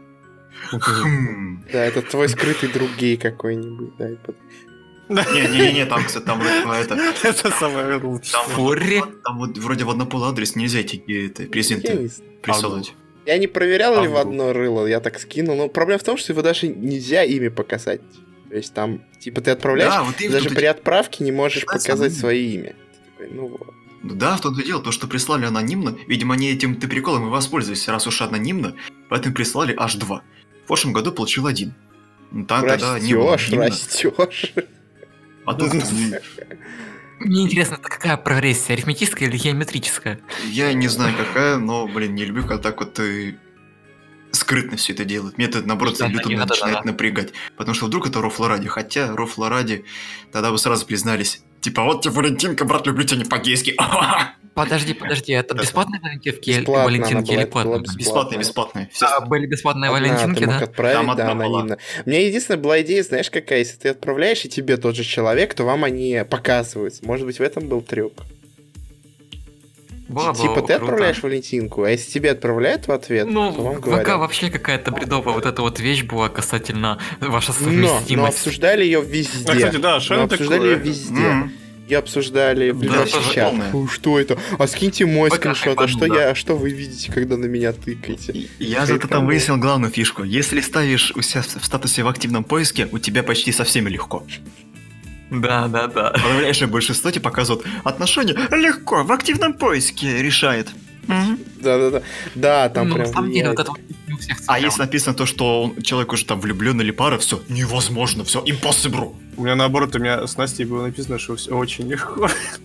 Хм. Да, это твой скрытый друг гей какой-нибудь. Да, Не-не-не, там, кстати, там это... Это самое лучшее. Там, Фурри. там вот вроде в однополый адрес нельзя эти Я презенты не знаю. присылать. Я не проверял ли в А одно рыло, я так скинул. Но проблема в том, что его даже нельзя ими показать. То есть там, типа, ты отправляешь, Да, вот и даже тут при отправке не можешь Кстати, показать анонимно. свое имя. Ты такой, ну вот. Да, в том-то и дело, то, что прислали анонимно, видимо, они этим-то приколом и воспользовались, раз уж анонимно, поэтому прислали аж 2. В прошлом году получил 1. Ну, там тогда не было Растешь. А тут Мне интересно, это какая прогрессия, арифметическая или геометрическая? я не знаю какая, но, блин, не люблю, когда так вот скрытно все это делают. Мне это, наоборот, Да, лютно да, начинает напрягать. Потому что вдруг это рофла ради. Хотя рофла ради, тогда бы сразу признались. Типа, вот тебе Валентинка, брат, люблю тебя не по-гейски. Подожди, это бесплатные валентинки, Бесплатно валентинки она или была, платные? была Бесплатные, бесплатные. Все Были бесплатные Одна валентинки, ты мог да? отправить, Там да, одна была. анонимно. У меня единственная была идея, знаешь, какая? Если ты отправляешь, и тебе тот же человек, то вам они показываются. Может быть, в этом был трюк. Было бы Типа, ты круто. отправляешь валентинку, а если тебе отправляют в ответ, Ну, то вам в ВК говорят. вообще какая-то бредовая вот эта вот вещь была касательно ваша Но совместимость. обсуждали ее везде. А, кстати, да, что Но это обсуждали такое? ее везде. И обсуждали в Да, ближайший тоже чат. полное. Фу, что это? А скиньте мой ВК скриншот, а что да. а что вы видите, когда на меня тыкаете? Я зато там выяснил главную фишку. Если ставишь у себя в статусе в активном поиске, у тебя почти со всеми легко. Да. Подавляющее большинство тебе показывают отношения легко, в активном поиске решает. Да. Да, там Ну, прям на самом деле, вот влияет. это вот не у всех А цепляло. если написано то, что человек уже там влюблен или пара, все невозможно, все impossible. У меня наоборот, у меня с Настей было написано, что все очень легко.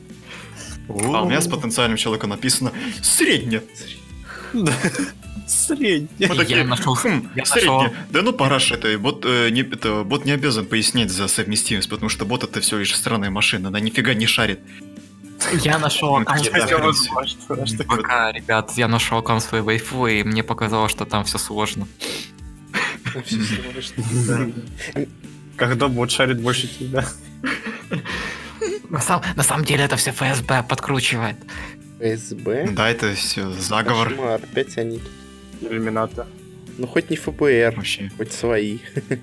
А у меня с потенциальным человеком написано средне. Да. Средний. Мы такие, Я нашел. средне. Да ну параш, это бот не обязан пояснять за совместимость, потому что бот это все лишь странная машина, она нифига не шарит. Я нашел аккаунт Хотя своего бы ВК, ребят, я нашел аккаунт своей вайфу, и мне показалось, что там все сложно. Всё сложно. Когда бот шарит больше тебя. На самом деле это все ФСБ подкручивает. ФСБ? Да, это все заговор. Кошмар, опять они. Иллюмината. Ну, хоть не ФБР, Вообще. хоть свои.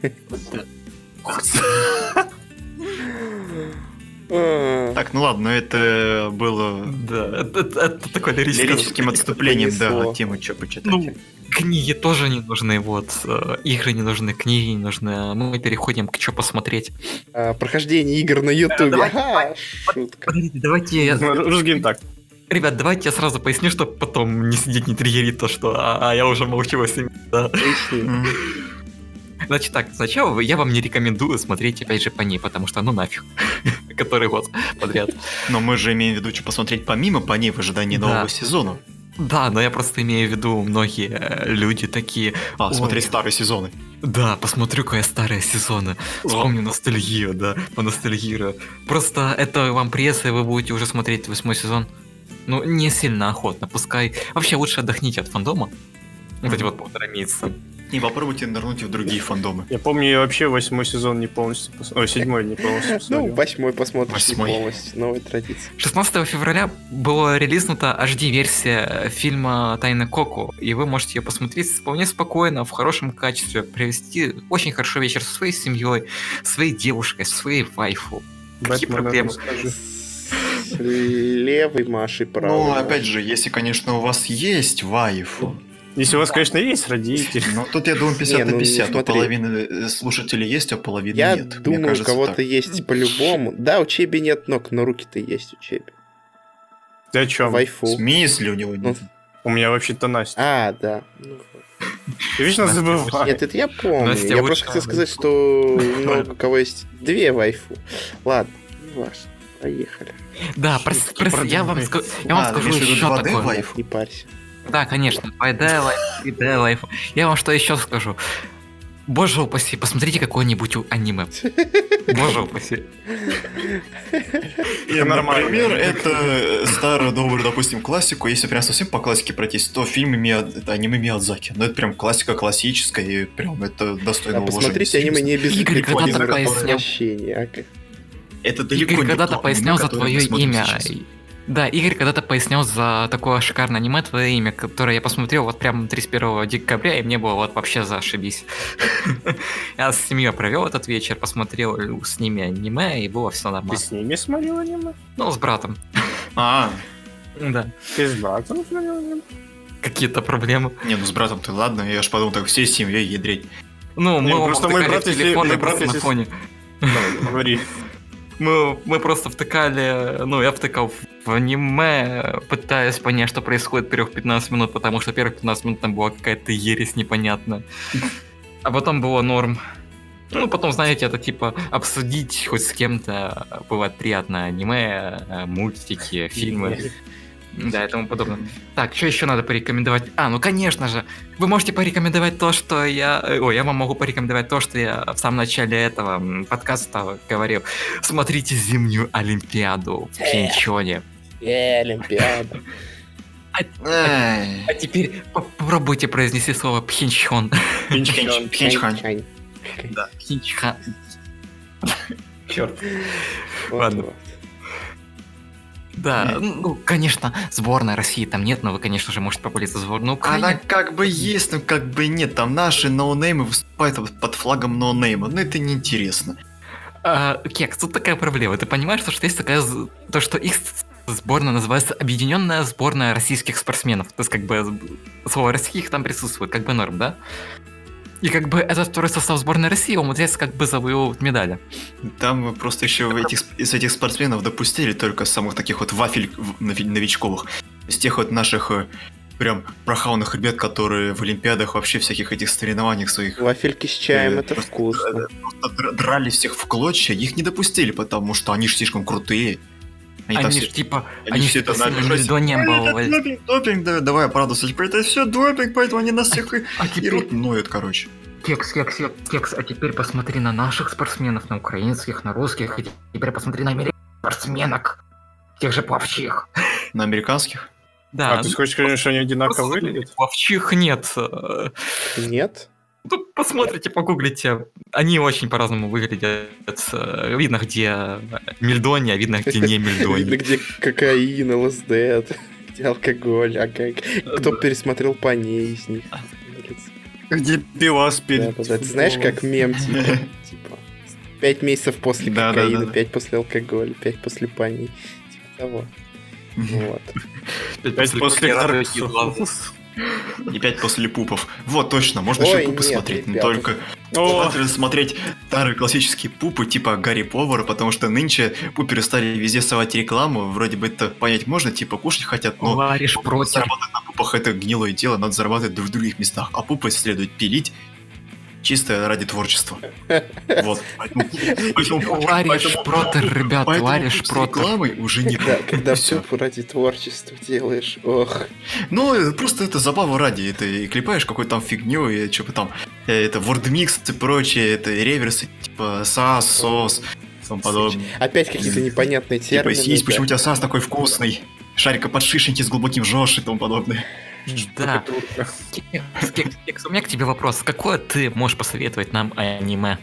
А, Так, ну ладно, это было Да, это такое лирическое. лирическим отступлением, да, понесло. от темы, что почитать. Ну, книги тоже не нужны, вот. Игры не нужны, книги не нужны. А мы переходим к что посмотреть. Прохождение игр на Ютубе. давайте, Ага, шутка. Подождите, давайте я... Ружгин так. Ребят, давайте я сразу поясню, чтобы потом не сидеть, не триггерить то, что я уже молчу о себе, да. Поясни. Значит так, сначала я вам не рекомендую смотреть опять же по ней, потому что ну нафиг. Который год подряд. Но мы же имеем в виду, что посмотреть помимо по ней в ожидании Да. нового сезона. Да, но я просто имею в виду, многие люди такие... «Ой, Смотреть старые сезоны. Да, посмотрю-ка я старые сезоны. Вспомню ностальгию, да, поностальгирую. Просто это вам пресса, и вы будете уже смотреть 8 сезон. Ну, не сильно охотно, пускай... Вообще лучше отдохните от фандома. Вот эти вот 1,5 месяца. И попробуйте нырнуть в другие фандомы. Я помню, я вообще 8 сезон не полностью посмотрел. 7 не полностью Ну, посмотрел. 8 посмотришь не 8-й. полностью. Новая традиция. 16 февраля была релизнута HD-версия фильма «Тайна Коко», и вы можете ее посмотреть вполне спокойно, в хорошем качестве, провести очень хороший вечер со своей семьей, своей девушкой, со своей вайфу. Какие Бэтмена проблемы? расскажи. С левой Машей правой. Ну, опять же, если, конечно, у вас есть вайфу, Если у вас, конечно, есть родители. ну, тут, я думаю, 50 Не, на ну, 50. У смотри. половины слушателей есть, а половины Я нет. Мне думаю, у кажется, кого-то так. есть по-любому. Да, у Чеби нет ног, но руки-то есть у Чеби. Ты о чем? В Вайфу. смысле у него нет? У меня вообще-то Настя. А, да. Ну, вот. Ты вечно Настя, забываешь. Нет, это я помню. Настя Я лучшая просто хотел сказать, что много у кого есть 2 вайфу. Ладно, не важно. Поехали. Да, я вам скажу имеешь в виду еще 2D такое. вайфу? Не парься. Да, конечно, 2D лайф, 3D лайф. Я вам что еще скажу. Боже упаси, посмотрите какое-нибудь аниме. Боже упаси. Например, это старую добрую, допустим, классику. Если прям совсем по классике пройтись, то фильм это аниме Миядзаки. Ну, это прям классика классическая, и прям это достойно Да, уважения. посмотрите аниме не без Игорь когда-то пояснял. возвращения. Это далеко Игорь не когда-то то пояснял аниме, за которое твое мы смотрим имя. сейчас. Да, Игорь когда-то пояснял за такое шикарное аниме твое имя, которое я посмотрел вот прям 31 декабря, и мне было вот вообще зашибись. Я с семьей провел этот вечер, посмотрел с ними аниме, и было все Ты нормально. с ними смотрел аниме? Ну, с братом. А, Да. Ты с братом смотрел аниме? Какие-то проблемы. не, ну с братом-то ладно, я ж подумал, так всей семьей ядрить. Ну, Не, мы оба просто мой втыкали брат, в если- телефон мой и брат, просто на если- фоне. Давай, говори. Мы просто втыкали, ну, я втыкал в аниме, пытаясь понять, что происходит первых 15 минут, потому что первых 15 минут там была какая-то ересь непонятная. А потом было норм. Ну, потом, знаете, это типа обсудить хоть с кем-то бывает приятно аниме, мультики, фильмы. Да, и тому подобное. Так, что еще надо порекомендовать? Ну, конечно же, вы можете порекомендовать то, что я... я вам могу порекомендовать то, что я в самом начале этого подкаста говорил. Смотрите «Зимнюю Олимпиаду» в Пхенчхане. Олимпиада. А теперь попробуйте произнести слово «Пхенчхон». Пхенчхан. Чань. Пхенчхан. Черт. Вот, Ладно. вот. Да, ну, конечно, сборная России там нет, но вы, конечно же, можете популиться в сборную Она Украины. как бы есть, но как бы нет. Там наши ноунеймы выступают под флагом ноунейма. Но это неинтересно. Кекс, тут такая проблема. Ты понимаешь, что есть такая... То, что их сборная называется Объединенная сборная российских спортсменов. То есть, как бы, слово «российских» там присутствует, как бы норм, да? И как бы этот второй состав сборной России умудряется как бы завоевывать медали. Там просто еще из этих спортсменов допустили только самых таких вот новичковых. Из тех вот наших прям прохаванных ребят, которые в Олимпиадах вообще всяких этих соревнованиях своих Вафельки с чаем, это просто- вкусно. просто драли всех в клочья. Их не допустили, потому что они же слишком крутые. Они там Они все- же типа... они Они все же это сильно набежать. льдонем баловали. Допинг, да, давай оправдываться. Типа, это все допинг, поэтому они нас всех А и теперь... рот ноют, короче. Кекс, а теперь посмотри на наших спортсменов, на украинских, на русских, и теперь посмотри на американских спортсменок, тех же пловчих. На американских. Да, А ты хочешь сказать, что они одинаково выглядят? пловчих нет. Нет? Ну, посмотрите, погуглите. Они очень по-разному выглядят. Видно, где мельдони, а видно, где не Видно, мельдони. где кокаин, ЛСД, где алкоголь, кто пересмотрел по ней из них. Где пивас перед... Да. Ты знаешь, как мем, типа 5 месяцев после Да, кокаина, да. 5 после алкоголя, 5 после паней. Типа того. Вот. Опять после Дарk И 5 после пупов. Вот, точно, можно Ой, еще пупы нет, смотреть, но ребята. только О, желательно смотреть старые классические пупы, типа Гарри Повара, потому что нынче пуперы стали везде совать рекламу, вроде бы это понять можно, типа кушать хотят, но Варишь против. заработать на пупах это гнилое дело, надо зарабатывать в других местах, а пупы следует пилить чисто ради творчества. Вот. Варишь протер, ребят, поэтому варишь пуп с протер. рекламой уже не Когда всё. все ради творчества делаешь, ох. Ну, просто это забава ради. Это и клепаешь какую-то там фигню, и что-то там. Это WordMix и прочее, это реверсы, типа SAS, SOS, и тому подобное. Опять какие-то непонятные Типа, термины. есть, да. почему у тебя SAS такой вкусный, шарика подшишеньки с глубоким жёж и тому подобное. Да. Кекс, у меня к тебе вопрос. Какое ты можешь посоветовать нам аниме?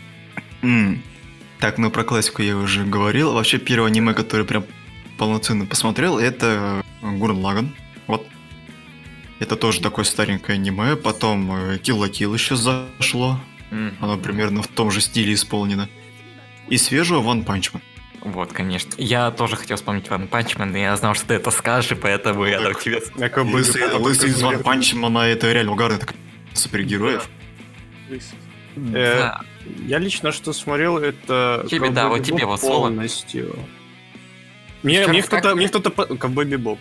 Так, ну про классику я уже говорил. Вообще, первое аниме, которое прям полноценно посмотрел, это Гуррен Лаганн. Вот. Это тоже такое старенькое аниме. Потом Kill la Kill еще зашло. Оно примерно в том же стиле исполнено. И свежего One Punch Man. Вот, конечно. Я тоже хотел вспомнить One Punch Man, и я знал, что ты это скажешь, и поэтому я так тебе... Лысый из One Punch Man, это реально угарный такой супергероев. Да. Я лично что смотрел, это... Тебе, да, вот тебе вот слово. Полностью. Мне кто-то... Ковбой Бибоп.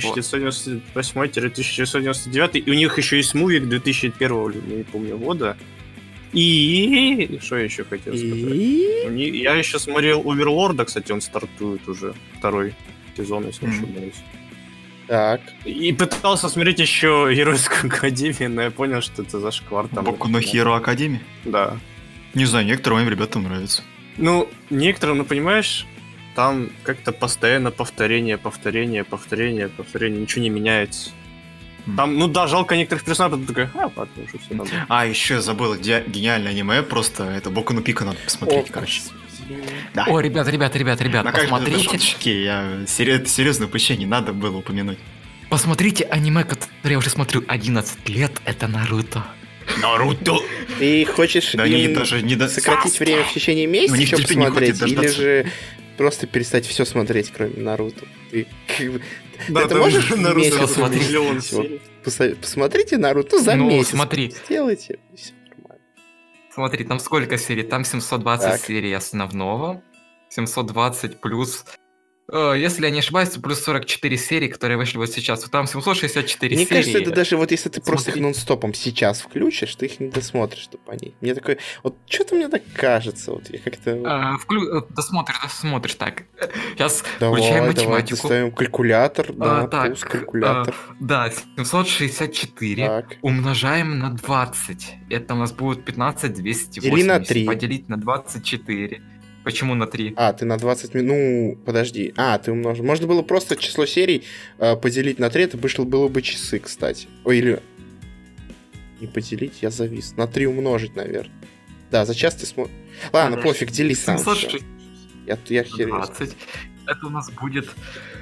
1998-1999, и у них еще есть мувик 2001, не помню, года. И что я еще хотел сказать? Я еще смотрел Оверлорда, кстати, он стартует уже, второй сезон, если не ошибаюсь. Так. И пытался смотреть еще Геройскую Академию, но я понял, что это зашквар. Боку но Хиро Академии? Да. Не знаю, некоторым моим ребятам нравится. Ну, некоторым, ну понимаешь, там как-то постоянно повторение, ничего не меняется. Там, ну да, жалко некоторых персонажей, потом такой, ладно, уже все надо. А, еще я забыл, гениальное аниме, просто это Боку но Пико надо посмотреть, короче. Да. О, ребят, посмотрите. Я серьезное упущение, надо было упомянуть. Посмотрите аниме, которое я уже смотрю 11 лет, это Наруто. Ты хочешь да, им даже не сократить время в течение месяца, чтобы посмотреть, или же просто перестать все смотреть, кроме Наруто? Ты, да, ты можешь Наруто смотреть? Посмотрите Наруто за месяц. Смотри. Сделайте, и все нормально. Смотри, там сколько серий? Там 720 так. серий основного. 720 плюс... Если я не ошибаюсь, плюс 44 серии, которые вышли вот сейчас. Там 764 Мне серии. кажется, это даже вот если ты просто их нон-стопом сейчас включишь, ты их не досмотришь, чтобы они... Мне такой... Вот что-то мне так кажется. Вот я как-то... Досмотришь так. Сейчас Давай, включаем математику. Доставим калькулятор. Да, так, калькулятор. Да, 764 Так. умножаем на 20. Это у нас будет 15,280. Дели на 3. Поделить на 24. Почему на 3? Ты на 20 минут... Ну, подожди. Ты умножил. Можно было просто число серий поделить на 3, это было бы часы, кстати. Ой, или... Не поделить, я завис. На 3 умножить, наверное. Да, за час ты смотришь... Ладно, пофиг, дели сам. 706. Я херю. 20. Это у нас будет...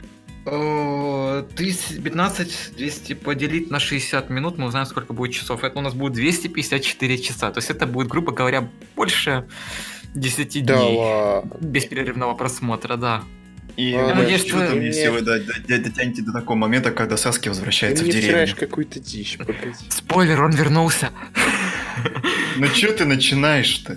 15, 200 поделить на 60 минут, мы узнаем, сколько будет часов. Это у нас будет 254 часа. То есть это будет, грубо говоря, больше 10 дней бесперерывного просмотра, да. И надеюсь, что там, если вы дотянете до такого момента, когда Саски возвращается в деревню. Ты мне какую-то дичь, погоди. Спойлер, он вернулся. Ну чё ты начинаешь-то?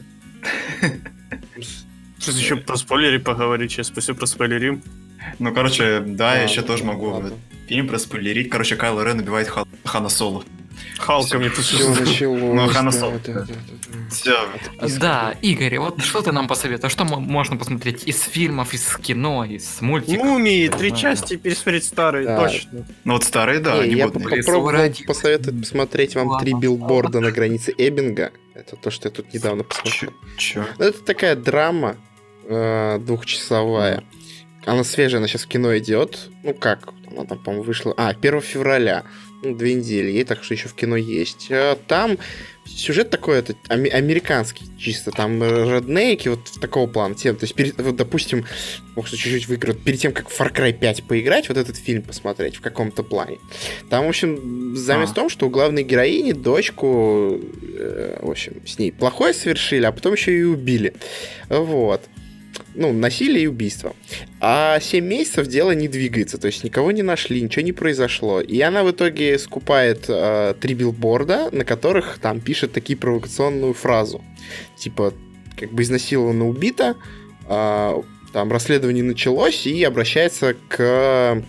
Сейчас еще про спойлеры поговорить, сейчас все проспойлерим. Ну, короче, да, я еще тоже могу фильм проспойлерить. Короче, Кайло Рен убивает Хана Соло. Халка мне тут все началось. Ну, Хана Соло. Все. Да, Игорь, вот что ты нам посоветуешь? Что можно посмотреть из фильмов, из кино, из мультиков? Мумии, 3 части пересмотреть старые, точно. Ну вот старые, да, я попробовал посоветовать посмотреть вам 3 билборда на границе Эббинга. Это то, что я тут недавно посмотрел. Чё? Это такая драма 2-часовая. Она свежая, она сейчас в кино идет. Ну как? Она там, по-моему, вышла... 1 февраля. 2 недели. Ей так что еще в кино есть. Там сюжет такой, это американский чисто. Там реднейки вот в такого плана. То есть, вот, допустим, может, чуть-чуть выиграют. Перед тем, как в Far Cry 5 поиграть, вот этот фильм посмотреть в каком-то плане. Там, в общем, замес в том, что у главной героини дочку, в общем, с ней плохое совершили, а потом еще и убили. Вот. Насилие и убийство. А 7 месяцев дело не двигается, то есть никого не нашли, ничего не произошло. И она в итоге скупает 3 билборда, на которых там пишет такие провокационную фразу. Типа, как бы изнасилована, убита, там расследование началось, и обращается к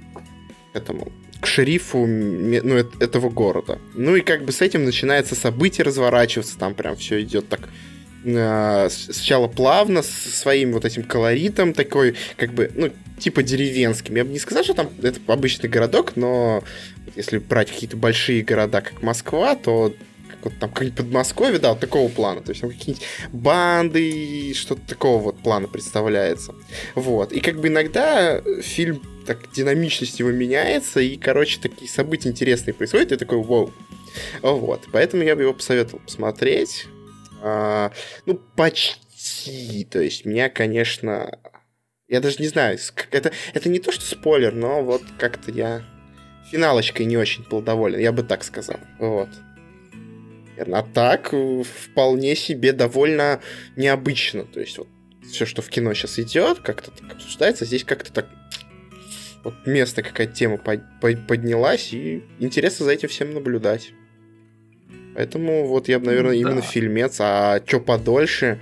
шерифу этого города. И как бы с этим начинается событие разворачиваться, там прям все идет так... сначала плавно, со своим вот этим колоритом такой, как бы, типа деревенским. Я бы не сказал, что там это обычный городок, но если брать какие-то большие города, как Москва, то вот там какое-нибудь Подмосковье, да, вот такого плана. То есть там какие-нибудь банды, что-то такого вот плана представляется. Вот. И как бы иногда фильм так динамичность его меняется, и, короче, такие события интересные происходят, и такой, вау. Вот. Поэтому я бы его посоветовал посмотреть. Ну, почти. То есть меня, конечно... Я даже не знаю, это не то, что спойлер, но вот как-то я финалочкой не очень был доволен, я бы так сказал. Вот. А так, вполне себе довольно необычно. То есть вот все, что в кино сейчас идет, как-то так обсуждается, здесь как-то так вот место, какая-то тема поднялась, и интересно за этим всем наблюдать. Поэтому вот я бы, наверное, именно фильмец, а что подольше...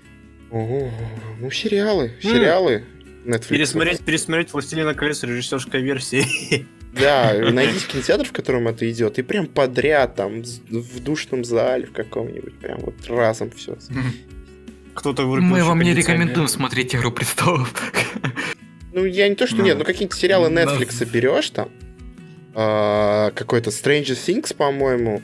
Ну, сериалы. Netflix. Пересмотреть «Властелина колец» режиссерской версии. Да, найдите кинотеатр, в котором это идет, и прям подряд там в душном зале в каком-нибудь, прям вот разом все. Кто-то Мы вам не рекомендуем смотреть «Игру престолов». Ну, я не то, что нет, но какие-то сериалы Netflix берешь там, какой-то Stranger Things, по-моему,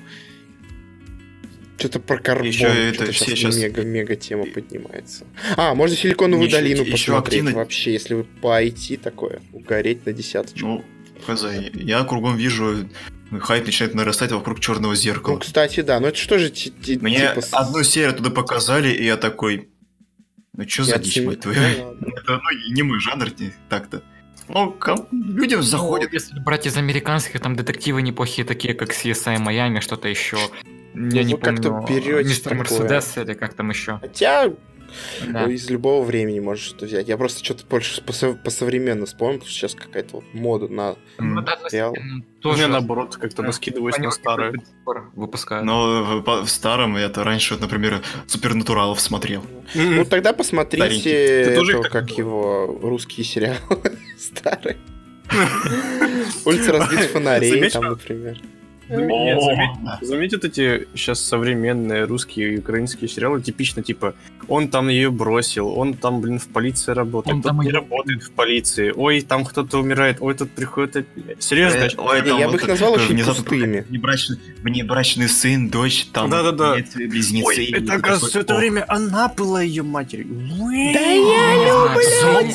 что-то про карбон, что-то сейчас мега тема поднимается. Можно «Силиконовую долину» посмотреть вообще, если вы по IT такое, угореть на 10. Ну, я кругом вижу, хайп начинает нарастать вокруг «Черного зеркала». Ну, кстати, да, но это что же Мне одну серию туда показали, и я такой, ну что за дичь, мать твою? Это не мой жанр, так-то. Ну, людям заходит. Если брать из американских, там детективы неплохие, такие как CSI Miami, что-то еще. Я не помню, «Мистер Мерседес» или как там еще. Хотя из любого времени можешь что-то взять. Я просто что-то больше по-современно вспомнил, потому что сейчас какая-то вот мода на сериал. Тоже наоборот, как-то наскидываюсь на старые. Выпускают. Но в старом я-то раньше, например, «Супернатуралов» смотрел. Ну тогда посмотрите, как его русские сериалы старые. «Улица разбитых фонарей», там, например. Заметят эти сейчас современные русские и украинские сериалы, типично, типа, он там ее бросил, он там, в полиции работает, кто-то не работает в полиции, ой, там кто-то умирает, ой, тут приходит... Серьезно? Я бы их назвал очень пустыми. Внебрачный сын, дочь, там, близнецы. Ой, это, оказывается, все это время она была ее матерью. Да я люблю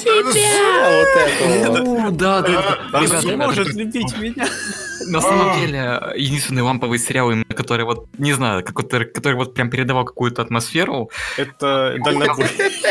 тебя! Вот это. Да. Она может любить меня. На самом деле, единственный ламповый сериал, который вот, не знаю, который вот прям передавал какую-то атмосферу. Это «Дальнобой».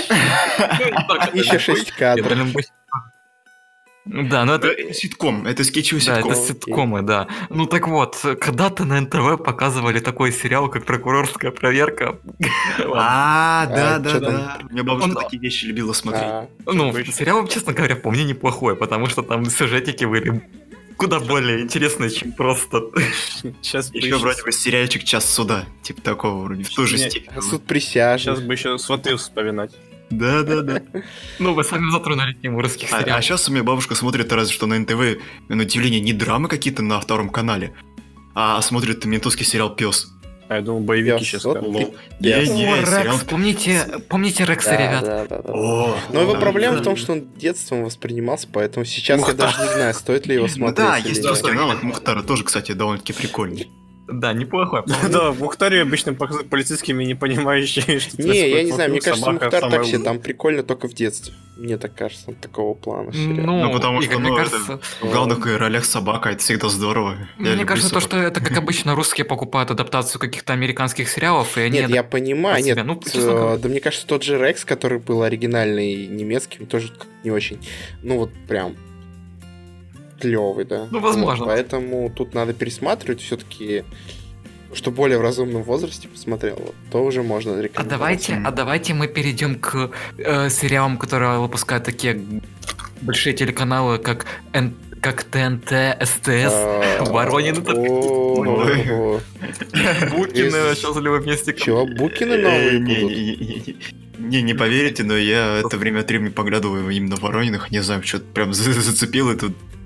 Еще 6 кадров. Да, но это ситком, это скетчевый ситком. Да, это ситкомы, да. Ну так вот, когда-то на НТВ показывали такой сериал, как «Прокурорская проверка». Да. У меня бабушка такие вещи любила смотреть. Ну, сериал, честно говоря, по мне неплохой, потому что там сюжетики были куда более интересные, чем просто... Сейчас еще вроде бы сериальчик «Час суда», типа такого вроде, в той же степени. Суд присяжных. Сейчас бы еще «Сваты» вспоминать. Да. Ну, вы сами затронули тему русских сериалов. А сейчас у меня бабушка смотрит разве что на НТВ, на удивление, не драмы какие-то на втором канале, а смотрит ментовский сериал «Пес». А я думал, боевики сейчас. Рекс, помните Рекса, ребят? Да. Но его проблема в том, что он детством воспринимался, поэтому сейчас я даже не знаю, стоит ли его смотреть. Да, есть русский аналог Мухтара, тоже, кстати, довольно-таки прикольный. Да, неплохой. Да, в Мухтаре обычно показывают полицейскими, не понимающие, что не, я не знаю, мне кажется, Мухтар так себе там прикольно только в детстве. Мне так кажется, он такого плана. Ну, потому что, мне кажется, в главных ролях собака, это всегда здорово. Мне кажется, то, что это, как обычно, русские покупают адаптацию каких-то американских сериалов, и они... Нет, я понимаю, нет, да мне кажется, тот же Рекс, который был оригинальный немецким, тоже не очень, ну вот прям клевый, да. Ну, возможно. Вот, поэтому тут надо пересматривать все-таки, что более в разумном возрасте посмотрел, вот, то уже можно рекомендовать. А давайте мы перейдем к сериалам, которые выпускают такие большие телеканалы, как ТНТ, СТС, Воронины. Букины счастливы вместе. Чего, Букины новые будут? Не поверите, но я это время от времени поглядываю именно в Ворониных, не знаю, что-то прям зацепил, и тут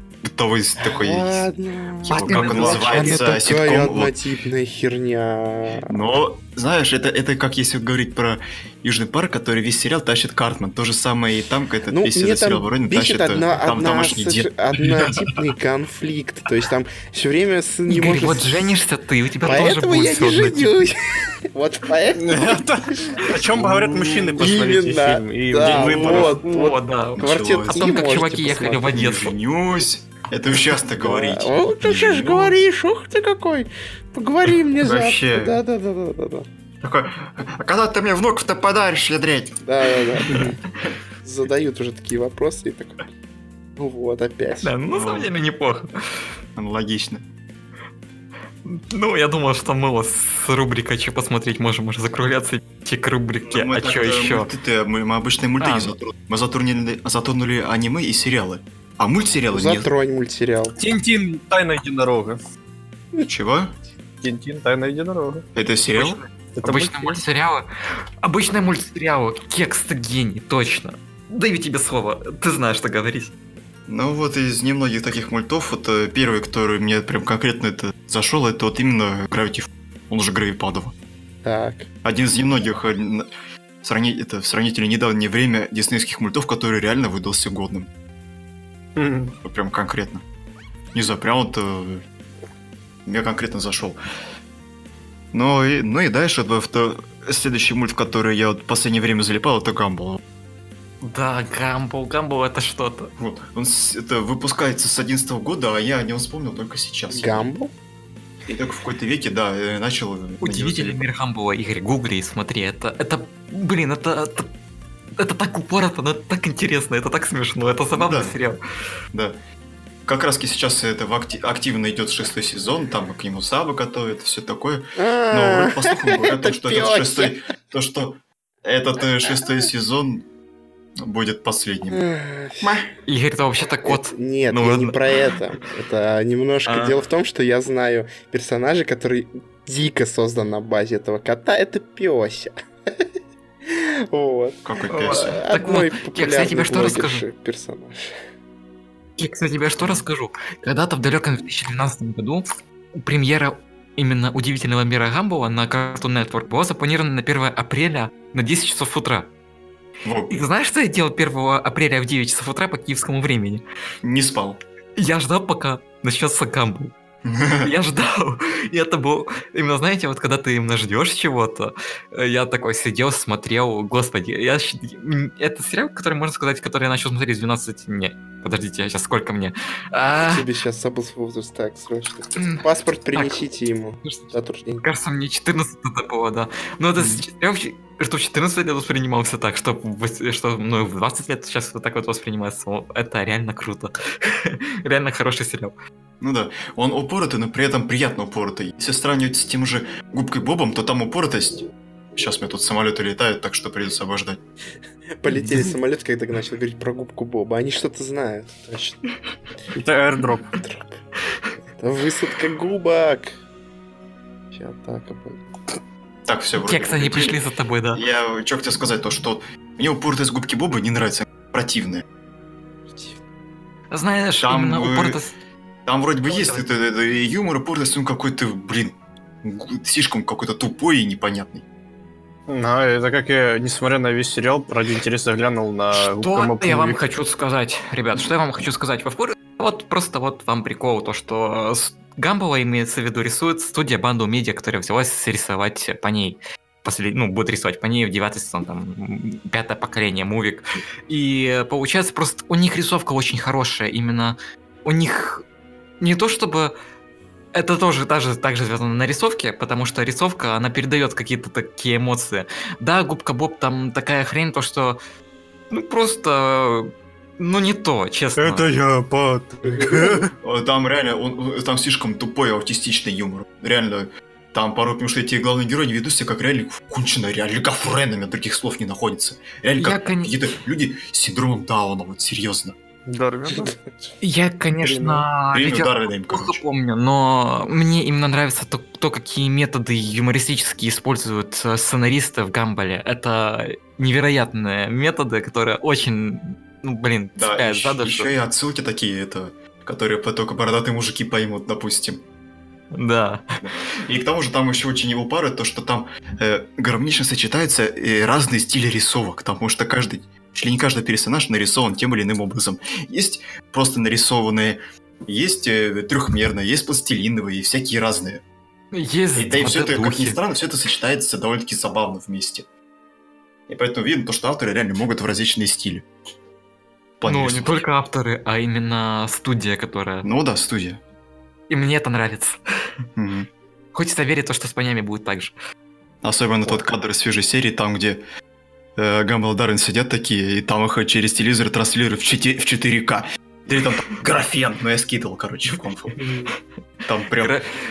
культовый такой... Ладно. Как он называется? Это такая Ситком. Вот. однотипная херня. Но, знаешь, это как если говорить про Южный парк, который весь сериал тащит Картман. То же самое и там, когда весь мне этот сериал там Воронин бесит тащит там домашний дед. однотипный конфликт. То есть там все время сын не Игорь, может... вот женишься ты, у тебя тоже Поэтому будет я всё не однотипно. женюсь. Вот поэтому... О чем говорят мужчины, посмотрите Именно, фильм. И да, в день выборов. О, да. Квартет О том, как можете чуваки ехали в посмотреть. Одессу. Женюсь. Это вы часто говорите. О, ты сейчас говоришь, ух ты какой. Поговори мне Вообще. завтра. Да. Такой, а когда ты мне внуков-то подаришь, ядрить? Да. Задают уже такие вопросы и такой... Ну вот, опять. Да, ну, на самом деле неплохо. Аналогично. Ну, я думал, что мы с рубрикой «Че посмотреть» можем уже закругляться и идти к рубрике Мы «А так, чё еще?» Мы обычные мульты не А. затронули. Мы затронули аниме и сериалы. А мультсериалы Затронь мультсериал. Тинтин, Тайна единорога. не... Чего? Тинтин, Тайна единорога. Это сериал? Это Обычные мультсериалы. Обычные мультсериалы. Кекс, ты гений, точно. Даю тебе слово, ты знаешь, что говорить. Ну вот из немногих таких мультов, вот первый, который мне прям конкретно это зашел, это вот именно Gravity Falls, он же Гравий Падова. Так. Один из немногих в сравнительно недавнее время диснейских мультов, который реально выдался годным. Мгм. Вот прям конкретно. Не знаю, прям вот мне конкретно зашел. Ну и дальше следующий мульт, в который я вот в последнее время залипал, это Гамбл. Да, Гамбл это что-то. Вот. Это выпускается с 2011 года, а я о нем вспомнил только сейчас. Гамбл? И только в какой-то веке, да, начал... на него Удивительный залипать. мир Гамбла, Игорь, гугли и смотри, это так упорото, но это так интересно, это так смешно, это забавный Да. сериал. Да. Как раз сейчас это активно идет 6-й сезон, там к нему сабы готовят, все такое. Но вроде по слухам говорят, это что этот 6-й сезон будет последним. Игорь, это вообще-то кот. Нет, Ну я ладно. не про это. Это немножко... А. Дело в том, что я знаю персонажа, который дико создан на базе этого кота. Это Пёся. Вот. Какой О, песня. Так Одной вот, Кекс, я тебе популярной что расскажу? блогерши персонаж. Кекс, я тебе что расскажу? Когда-то в далеком 2012 году премьера именно удивительного мира Гамбола на Cartoon Network была запланирована на 1 апреля на 10 часов утра. Во, И знаешь, что я делал 1 апреля в 9 часов утра по киевскому времени? не спал. Я ждал, пока начнется Гамбл. Я ждал. И это был... Именно, знаете, вот когда ты именно ждешь чего-то, я такой сидел, смотрел, господи, это сериал, который, можно сказать, который я начал смотреть с 12... Не, подождите, сейчас сколько мне? Тебе сейчас забыл свой возраст. Так, срочно. Паспорт принесите ему. Дату рождения. Кажется, мне 14 это было, да. Но это сериал, что в 14 лет воспринимался так, что в 20 лет сейчас вот так вот воспринимается. Это реально круто. Реально хороший сериал. Ну да, он упоротый, но при этом приятно упоротый. Если сравнивать с тем же Губкой Бобом, то там упоротость... Сейчас у меня тут самолеты летают, так что придется обождать. Полетели самолет, когда начал говорить про губку Боба. Они что-то знают. Точно. Это airdrop. Это высадка губок. Сейчас атака будет. Так, все, Кекс, они пришли за тобой, да. Я что хотел сказать, то что мне упоротость Губки Боба не нравится, противная. Знаешь, Там, именно упоротость... Там вроде бы Давай, есть это юмор, упоротость, он какой-то, блин, слишком какой-то тупой и непонятный. Да, это как я, несмотря на весь сериал, ради интереса глянул на Что я вам хочу сказать, ребят, что я вам хочу сказать? Вот просто вот вам прикол, то что Гамбола имеется в виду рисует студия Банду Медиа, которая взялась рисовать по ней. Будет рисовать по ней в 9 сезон, там, 5 поколение, мувик. И получается просто, у них рисовка очень хорошая, именно у них не то чтобы... Это тоже также связано на рисовке, потому что рисовка, она передает какие-то такие эмоции. Да, Губка Боб там такая хрень, то что... Ну, просто... Ну, не то, честно. я, Патрик. Там реально, там слишком тупой аутистичный юмор. Реально, там порой, потому что эти главные герои не ведут себя как реально кончено, реально гофренами, других слов не находится. Реально как какие-то люди с синдромом Дауна, вот серьезно. Дарвин. Я, конечно, Премию видео Дарвина им, плохо короче. помню, но мне именно нравится то, какие методы юмористические используют сценаристы в Гамболе. Это невероятные методы, которые очень, ну, блин, Да, цепляют за душу. еще и отсылки такие, это... которые только бородатые мужики поймут, допустим. Да. И к тому же там еще очень его пара, то, что там гармонично сочетаются разные стили рисовок, потому что чуть ли не каждый персонаж нарисован тем или иным образом. Есть просто нарисованные, есть трехмерные, есть пластилиновые, и всякие разные. Есть И все это, как ни духи. странно, все это сочетается довольно-таки забавно вместе. И поэтому видно то, что авторы реально могут в различные стили. В плане Ну, не рисунка. только авторы, а именно студия, которая... Ну да, студия. И мне это нравится. Мгм. Хочется верить, то, что с понями будет так же. Особенно тот кадр из свежей серии, там, где Гамбл и Даррен сидят такие, и там их через телевизор транслируют в 4К. Или там графен, но я скидывал, короче, в конфу. Там прям...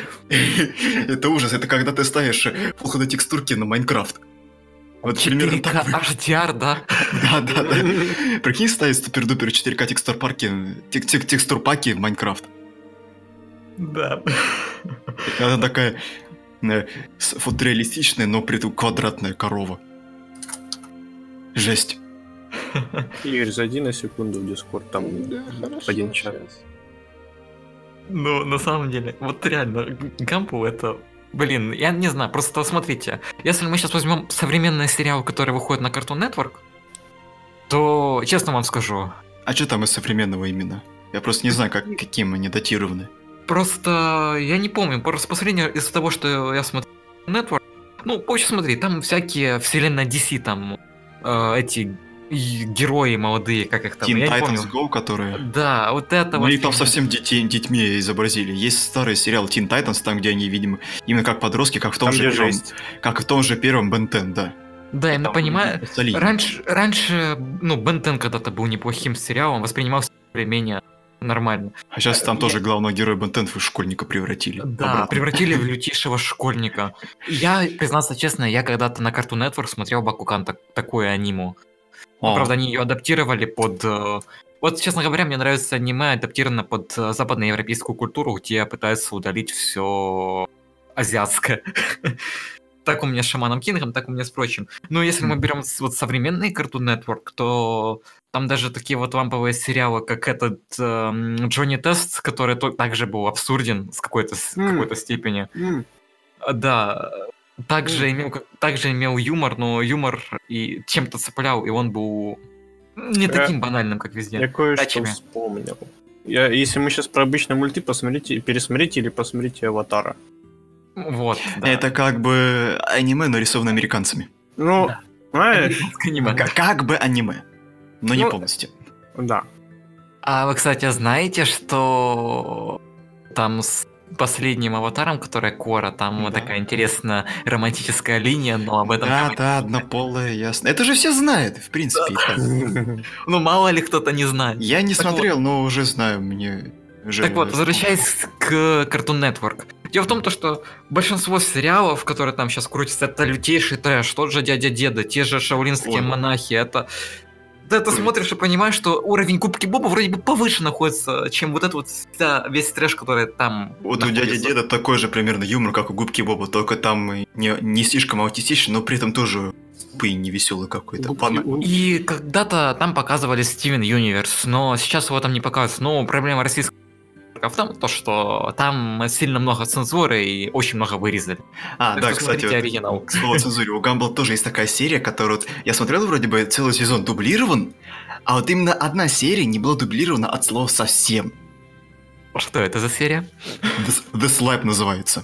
Это ужас, это когда ты ставишь плохо текстурки на Майнкрафт. Вот примерно 4К так. HDR, да? Да. Прикинь, ставить супер-дупер 4К текстурпаки в Майнкрафт. Да. Это такая фотореалистичная, но при этом квадратная корова. Жесть. Игорь, зайди на секунду в Дискорд, там Да, хорошо. один чат. Сейчас. Ну, на самом деле, вот реально, Гампу это... Блин, я не знаю, просто смотрите. Если мы сейчас возьмем современные сериалы, которые выходят на Cartoon Network, то, честно вам скажу, А что там из современного именно? Я просто не знаю, каким они датированы. просто я не помню, просто по сравнению из-за того, что я смотрю Network, ну, позже смотри, там всякие вселенная DC, там эти герои молодые, как их там, Teen я не помню. Titans Go, которые... Да, вот это Ну, вот. их там фигня. совсем детьми изобразили. Есть старый сериал Teen Titans, там, где они, видимо, именно как подростки, как в том Там, же где первом... жесть. Как в том же первом Ben 10, да. Да, я Там понимаю. солидно. Раньше, ну, Бен 10 когда-то был неплохим сериалом, воспринимался более-менее нормально. А сейчас там тоже главного героя Ben 10 в школьника превратили. Да, Обратно. превратили в лютейшего школьника. Я, признаться честно, я когда-то на Cartoon Network смотрел Бакукан, такое аниму. Ну, О, правда, они ее адаптировали под... Вот, честно говоря, мне нравится аниме, адаптировано под западноевропейскую культуру, где пытаются удалить все азиатское. Так у меня с Шаманом Кингом, так у меня с прочим. Но если мы берем вот современный Cartoon Network, то там даже такие вот ламповые сериалы, как этот Джонни Тест, который также был абсурден с какой-то степени. Да, также имел юмор, но юмор и чем-то цеплял, и он был не таким банальным, как везде. Я кое-что Дачами. вспомнил. Если мы сейчас про обычные мульты, пересмотрите или посмотрите «Аватара». Вот, да. это как бы аниме, нарисовано американцами. Ну, Да. знаешь, Аниме. Как бы аниме, но не Ну, полностью. да. А вы, кстати, знаете, что там с последним аватаром, которая Кора, там вот Да. такая интересная романтическая линия, но об этом... Да, однополая, ясно. Это же все знают, в принципе. и так. Ну, мало ли кто-то не знает. Я не Так смотрел, но уже знаю, мне... уже- Так вот, возвращаясь к Cartoon Network. Дело в том, что большинство сериалов, которые там сейчас крутятся, это лютейший трэш. Тот же Дядя Деда, те же шаолинские Ой. монахи. Это... Ты смотришь и понимаешь, что уровень Губки Боба вроде бы повыше находится, чем вот этот вот весь трэш, который там Вот у дяди находится. Деда такой же примерно юмор, как у Губки Боба, только там и не слишком аутистичный, но при этом тоже не веселый какой-то. И когда-то там показывали Стивен Юниверс, но сейчас его там не показывают. Но проблема российского в том, что там сильно много цензуры и очень много вырезали. А, Так да, что кстати, смотрите оригинал. к слову о цензуре, у Гамбла тоже есть такая серия, которую вот я смотрел, вроде бы целый сезон дублирован, а вот именно одна серия не была дублирована от слова совсем. Что это за серия? The Slap называется.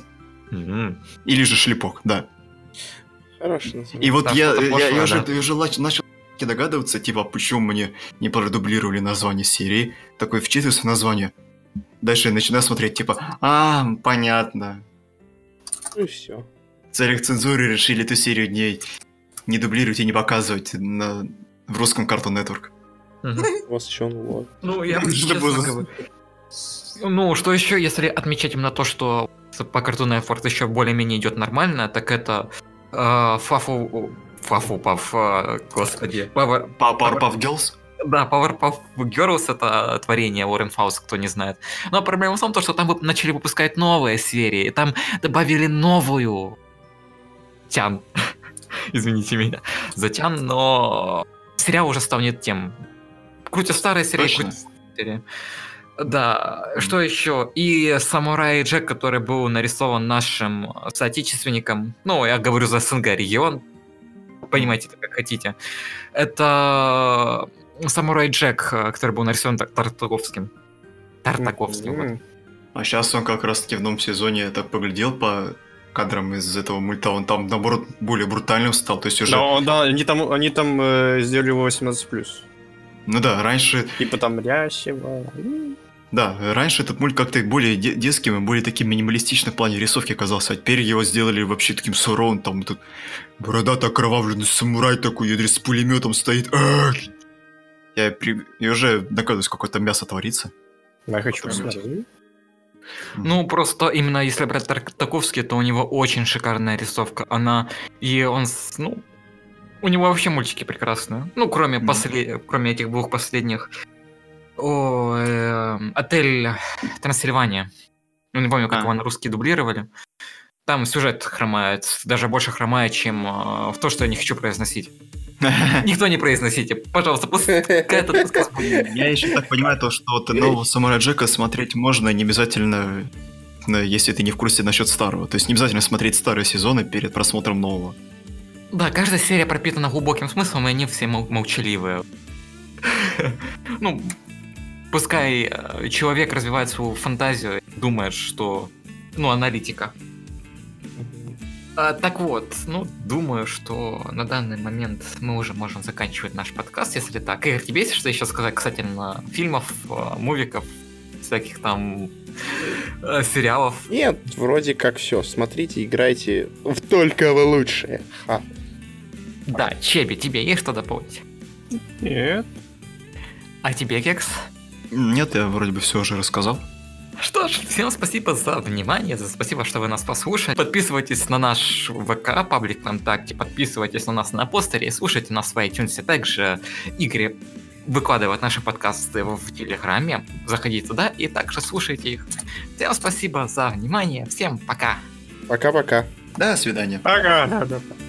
Или же Шлепок, да. Хорошее И название. вот Да, я что-то пошло, уже да. начал догадываться, типа, почему мне не продублировали название серии. Такой вчитываюсь в название. Дальше я начинаю смотреть, типа, понятно. Ну и все. В целях цензуры решили эту серию не дублировать и не показывать в русском Cartoon Network. Восчен, вот. Ну, я Что честно было? говорю. Ну, что еще, если отмечать именно то, что по Cartoon Network еще более-менее идет нормально, так это Фафупов, господи. Powerpuff Girls? Да, Powerpuff Girls — это творение Уоррен Фаус, кто не знает. Но проблема в том, что там начали выпускать новые серии, и там добавили новую Тян. Извините меня за Тян, но сериал уже стал не тем. Крутя старые серии, Точно? крутя серии. Да, что еще? И Самурай Джек, который был нарисован нашим соотечественником, ну, я говорю за СНГ регион, понимаете это как хотите. Это Самурай Джек, который был нарисован Тартаковским. Вот. А сейчас он как раз-таки в новом сезоне, я так поглядел по кадрам из этого мульта, он там, наоборот, более брутальным стал, то есть уже... Да, они там сделали его 18+. Ну да, раньше... Типа там рящего. Да, раньше этот мульт как-то более детским и более таким минималистичным в плане рисовки казался, а теперь его сделали вообще таким суровым, там этот бородатый окровавленный самурай такой, ядрит с пулеметом стоит. Я уже догадываюсь, какое-то мясо творится. Я хочу посмотреть. Ну, просто именно если брать Тартаковский, то у него очень шикарная рисовка. У него вообще мультики прекрасные. Ну, кроме этих двух последних. Отель Трансильвания. Ну, не помню, как его на русский дублировали. Там сюжет хромает, даже больше хромает, чем в то, что я не хочу произносить. Никто не произносите, пожалуйста, пускай этот рассказ будет. Я еще так понимаю, то, что вот нового Самурая Джека смотреть можно, не обязательно, если ты не в курсе насчет старого. То есть не обязательно смотреть старые сезоны перед просмотром нового. Да, каждая серия пропитана глубоким смыслом, и они все молчаливые. Ну, пускай человек развивает свою фантазию, думает, что... Ну, аналитика. Так вот, думаю, что на данный момент мы уже можем заканчивать наш подкаст, если так. Игорь, тебе есть что еще сказать касательно фильмов, мувиков, всяких там сериалов? Нет, вроде как все. Смотрите, играйте только в лучшее. Да, Чеби, тебе есть что дополнить? Нет. А тебе, Кекс? Нет, я вроде бы все уже рассказал. Что ж, всем спасибо за внимание, спасибо, что вы нас послушали. Подписывайтесь на наш ВК, паблик ВКонтакте, подписывайтесь на нас на постере и слушайте нас в iTunes. Также Игорь выкладывает наши подкасты в Телеграме. Заходите туда и также слушайте их. Всем спасибо за внимание, всем пока. Пока-пока. До свидания. Пока.